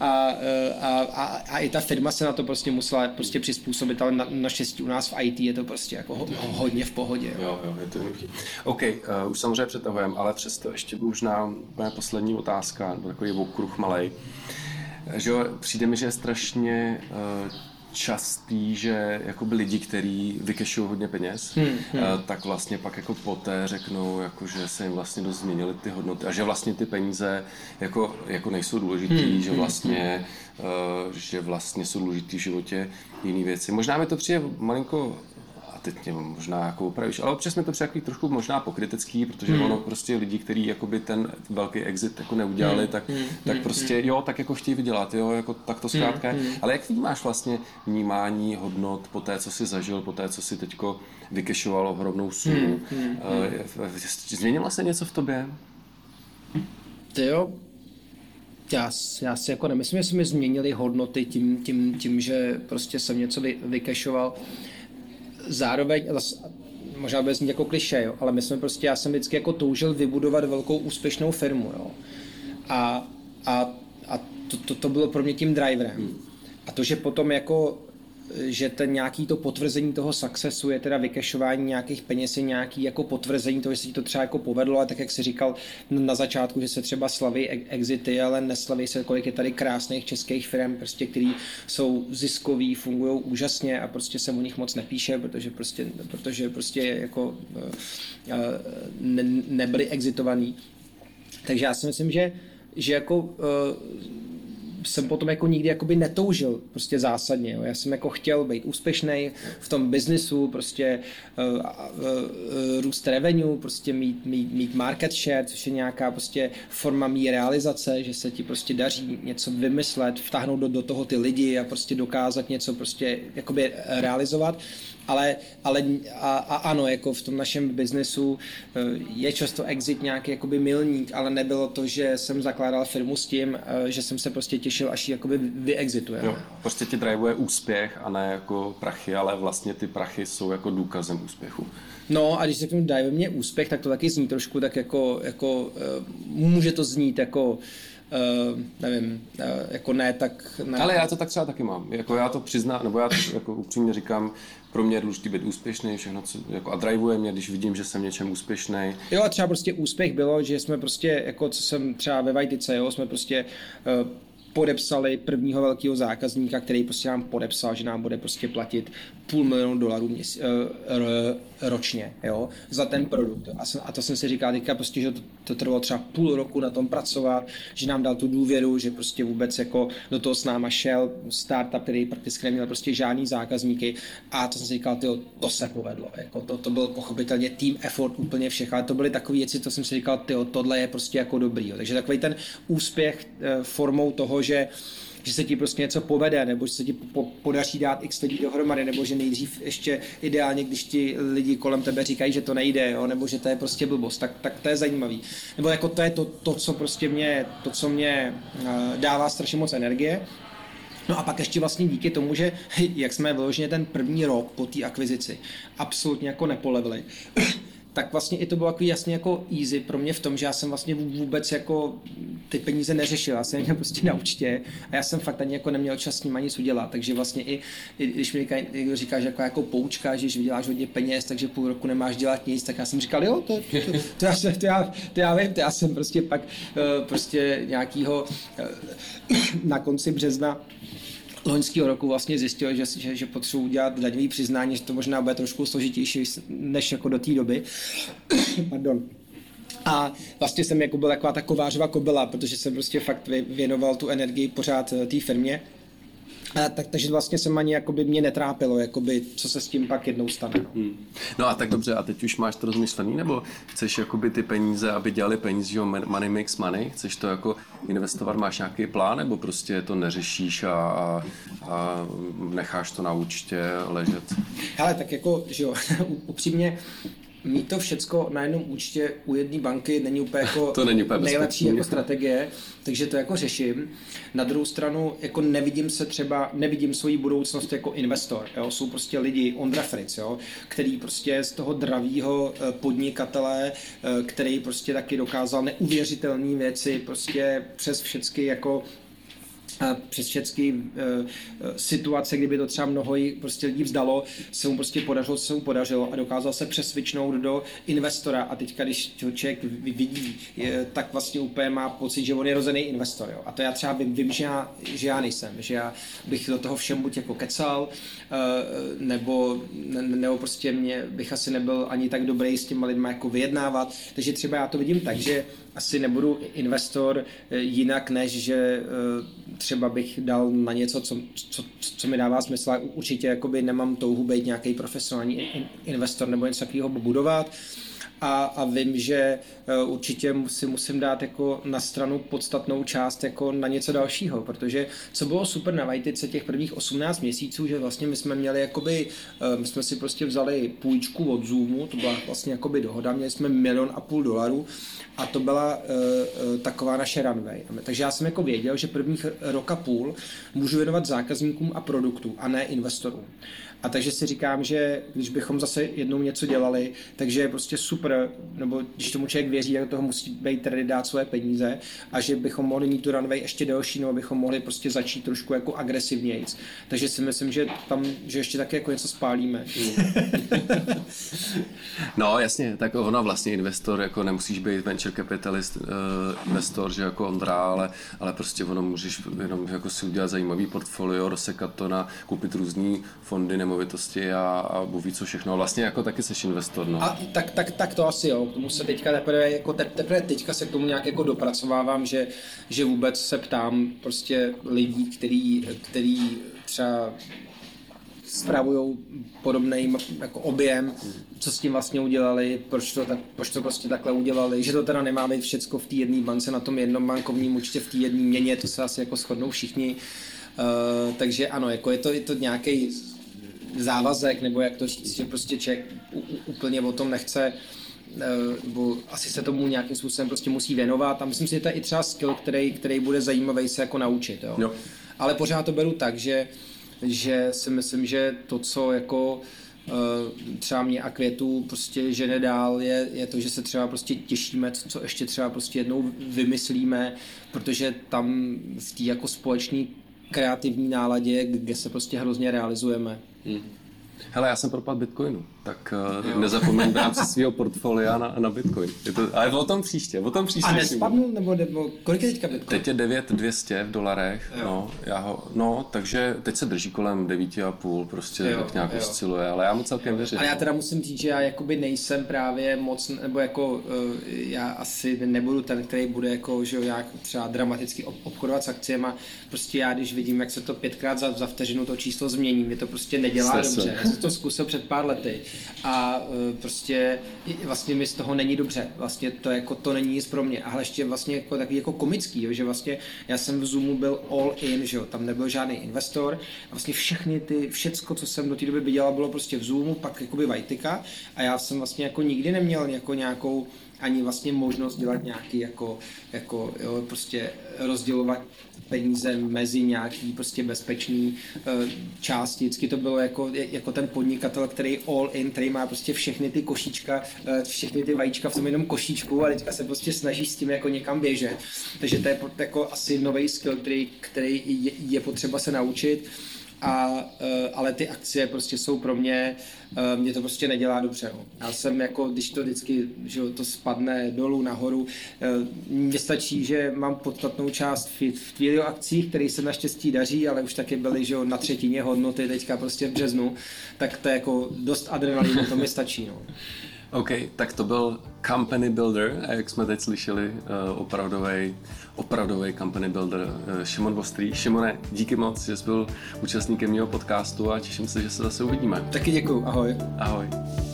a i ta firma se na to prostě musela prostě přizpůsobit, ale naštěstí u nás v IT je to prostě jako hodně v pohodě. Jo, je to jednoduchý. OK, už samozřejmě přetahujeme, ale přesto ještě možná moje poslední otázka, nebo takový okruh malej. Že přijde mi, že je strašně častý, že jakoby lidi, kteří vykešují hodně peněz, tak vlastně pak jako poté řeknou, jako, že se jim vlastně dost změnily ty hodnoty a že vlastně ty peníze jako nejsou důležitý, že vlastně jsou důležitý v životě jiný věci. Možná mi to přijde malinko, a teď mě možná jako upravíš, ale občas mi to přijde trošku možná pokrytecký, protože ono prostě lidi, kteří jakoby ten velký exit jako neudělali, tak prostě jo, tak jako chtějí vydělat, jo, jako tak to zkrátka. Ale jak máš vlastně vnímání hodnot po té, co jsi zažil, po té, co si teďko vykešoval ohromnou sumu? Změnilo se něco v tobě? Jo. Já si jako nemyslím, že se mi změnily hodnoty tím, že prostě jsem něco vykešoval. Zároveň, možná bude znít jako klišé, jo, ale já jsem vždycky jako toužil vybudovat velkou úspěšnou firmu, jo. A to bylo pro mě tím driverem. A to, že potom jako že ten nějaký to potvrzení toho successu je teda vykešování nějakých peněz, je nějaký jako potvrzení toho, že se ti to třeba jako povedlo, ale tak jak jsi říkal na začátku, že se třeba slaví exity, ale neslaví se, kolik je tady krásných českých firm, prostě, který jsou ziskový, fungují úžasně a prostě se o nich moc nepíše, protože prostě jako nebyli exitovaný. Takže já si myslím, že jako jsem potom jako nikdy jakoby netoužil prostě zásadně. Jo. Já jsem jako chtěl být úspěšný v tom biznisu, prostě růst revenue, prostě mít market share, což je nějaká prostě forma mý realizace, že se ti prostě daří něco vymyslet, vtáhnout do toho ty lidi a prostě dokázat něco prostě jakoby realizovat. Ale ano, jako v tom našem biznesu je často exit nějaký jakoby milník, ale nebylo to, že jsem zakládal firmu s tím, že jsem se prostě těšil, až ji jakoby vyexituje. Jo, prostě ti drivuje úspěch a ne jako prachy, ale vlastně ty prachy jsou jako důkazem úspěchu. No a když se k tomu drive mě úspěch, tak to taky zní trošku tak jako může to znít jako nevím, jako ne tak... Ne. Ale já to tak třeba taky mám, jako já to přiznám, nebo já to jako upřímně říkám, pro mě je důležitý být úspěšný, všechno, co, jako a drivuje mě, když vidím, že jsem něčem úspěšný. Jo a třeba prostě úspěch bylo, že jsme prostě, jako co jsem třeba ve Vajtice, jo, jsme prostě podepsali prvního velkého zákazníka, který prostě nám podepsal, že nám bude prostě platit $500,000 ročně, jo, za ten produkt. A to jsem si říkal teďka prostě, že to trvalo třeba půl roku na tom pracovat, že nám dal tu důvěru, že prostě vůbec jako do toho s náma šel startup, který prakticky neměl prostě žádný zákazníky a to jsem si říkal, tyjo, to se povedlo, jako to byl pochopitelně team effort úplně všech, ale to byly takové věci, co jsem si říkal, tyjo, tohle je prostě jako dobrý, jo. Takže takový ten úspěch formou toho, že se ti prostě něco povede, nebo že se ti podaří dát x lidí dohromady, nebo že nejdřív ještě ideálně, když ti lidi kolem tebe říkají, že to nejde, jo, nebo že to je prostě blbost, tak to je zajímavý. Nebo jako to je to co prostě co mě dává strašně moc energie. No a pak ještě vlastně díky tomu, že jak jsme vyloženě ten první rok po té akvizici absolutně jako nepolevili, tak vlastně i to bylo jako jasně jako easy pro mě v tom, že já jsem vlastně vůbec jako ty peníze neřešil, já jsem měl prostě na účtě a já jsem fakt ani jako neměl čas s nima nic udělat, takže vlastně i když mi někdo říká, že jako poučka, že když vyděláš hodně peněz, takže půl roku nemáš dělat nic, tak já jsem říkal, jo, to já vím, to já jsem prostě pak prostě nějakýho na konci března loňského roku vlastně zjistil, že potřebuji udělat daňový přiznání, že to možná bude trošku složitější než jako do té doby. Pardon. A vlastně jsem jako byl taková ta kovářová kobyla, protože jsem prostě fakt věnoval tu energii pořád té firmě. Takže vlastně jsem ani jakoby mě netrápilo, jakoby, co se s tím pak jednou stane. No. No a tak dobře, a teď už máš to rozmyšlený, nebo chceš jakoby ty peníze, aby dělali peníze, že money makes money, chceš to jako investovat, máš nějaký plán, nebo prostě to neřešíš a necháš to na účtě ležet? Hele, tak jako, že jo, upřímně, mít to všecko na jednom účtě u jedné banky není úplně jako to není úplně nejlepší jako strategie, takže to jako řeším. Na druhou stranu jako nevidím svoji budoucnost jako investor. Jo? Jsou prostě lidi, Ondra Fritz, jo? Který prostě z toho dravýho podnikatele, který prostě taky dokázal neuvěřitelné věci prostě přes všechny jako přes všechny situace, kdyby to třeba mnoho prostě lidí vzdalo, se mu prostě podařilo a dokázal se přesvičnout do investora a teďka, když člověk vidí, tak vlastně úplně má pocit, že on je rozený investor. Jo. A to já třeba vím, že já nejsem, že já bych do toho všem buď jako kecal, nebo prostě bych asi nebyl ani tak dobrý s těma lidma jako vyjednávat, takže třeba já to vidím tak, že asi nebudu investor jinak, než že třeba bych dal na něco, co mi dává smysl. Určitě jakoby nemám touhu být nějaký profesionální investor nebo něco takového budovat. A vím, že určitě musím dát jako na stranu podstatnou část jako na něco dalšího, protože co bylo super na Vajtice těch prvních 18 měsíců, že vlastně my jsme měli jakoby, my jsme si prostě vzali půjčku od Zoomu, to byla vlastně jakoby dohoda, měli jsme $1,5 milionu a to byla taková naše runway. Takže já jsem jako věděl, že prvních rok a půl můžu věnovat zákazníkům a produktům a ne investorům. A takže si říkám, že když bychom zase jednou něco dělali, takže je prostě super, nebo když tomu člověk věří, tak do toho musí být ready dát své peníze a že bychom mohli mít tu runway ještě delší, nebo bychom mohli prostě začít trošku jako agresivnějc. Takže si myslím, že tam, že ještě taky jako něco spálíme. No jasně, tak ona vlastně investor, jako nemusíš být venture capitalist investor, že jako Ondra, ale prostě ono můžeš jenom jako si udělat zajímavý portfolio, rozsekat to na koupit různý fondy, nemovitosti a Bůh ví co všechno. Vlastně jako taky seš investor, no. A tak to asi jo, k tomu se teďka teprve teďka se k tomu nějak jako dopracovávám, že vůbec se ptám prostě lidí, který třeba spravují podobný jako objem, co s tím vlastně udělali, proč to prostě takhle udělali, že to teda nemá být všecko v té jedné bance, na tom jednom bankovním účtě v té jedné měně, to se asi jako shodnou všichni. Takže ano, jako je to nějaký závazek, nebo jak to říct, že prostě člověk úplně o tom nechce, nebo asi se tomu nějakým způsobem prostě musí věnovat a myslím si, že to je i třeba skill, který bude zajímavý se jako naučit. Jo. Ale pořád to beru tak, že si myslím, že to, co jako třeba mě a Květu prostě žene dál, je to, že se třeba prostě těšíme, co ještě třeba prostě jednou vymyslíme, protože tam v té jako společné kreativní náladě, kde se prostě hrozně realizujeme. Hele, já jsem propad Bitcoinu, tak nezapomeň v rámci svého portfolia na Bitcoin. Ale o tom příště. A nespadnul, nebo kolik je teďka Bitcoin? Teď je 9200 v dolarech, takže teď se drží kolem 9,5, prostě tak nějak osciluje, ale já mu celkem věřím. Ale já teda musím říct, že já jakoby nejsem právě moc, nebo jako já asi nebudu ten, který bude jako, že nějak třeba dramaticky obchodovat s akciemi. Prostě já, když vidím, jak se to 5krát za vteřinu to číslo změní, mě to prostě nedělá dobře. Já jsem to zkusil před pár lety a prostě vlastně mi z toho není dobře. Vlastně to jako to není nic pro mě. A ještě vlastně jako takový jako komický, jo, že vlastně já jsem v Zoomu byl all in, že jo, tam nebyl žádný investor a vlastně všecko, co jsem do té doby dělal, bylo prostě v Zoomu, pak jakoby Vajtika a já jsem vlastně jako nikdy neměl jako nějakou ani vlastně možnost dělat nějaký jako jo, prostě rozdělovat peníze mezi nějaký prostě bezpečný části. Vždycky to bylo jako ten podnikatel, který all in, který má prostě všechny ty košíčka, všechny ty vajíčka v tom jenom košíčku a teďka se prostě snaží s tím jako někam běžet. Takže to je jako asi nový skill, který je potřeba se naučit. Ale ty akcie prostě jsou pro mě to prostě nedělá dobře. No. Já jsem jako, když to vždycky, že to spadne dolů, nahoru, mně stačí, že mám podstatnou část v Twilio akcích, které se naštěstí daří, ale už taky byly, že na třetině hodnoty teďka prostě v březnu, tak to je jako dost adrenalinu, to mi stačí. No. OK, tak to byl company builder, a jak jsme teď slyšeli, opravdový company builder Šimon Vostrý. Šimone, díky moc, že jsi byl účastníkem mého podcastu a těším se, že se zase uvidíme. Taky děkuju, ahoj. Ahoj.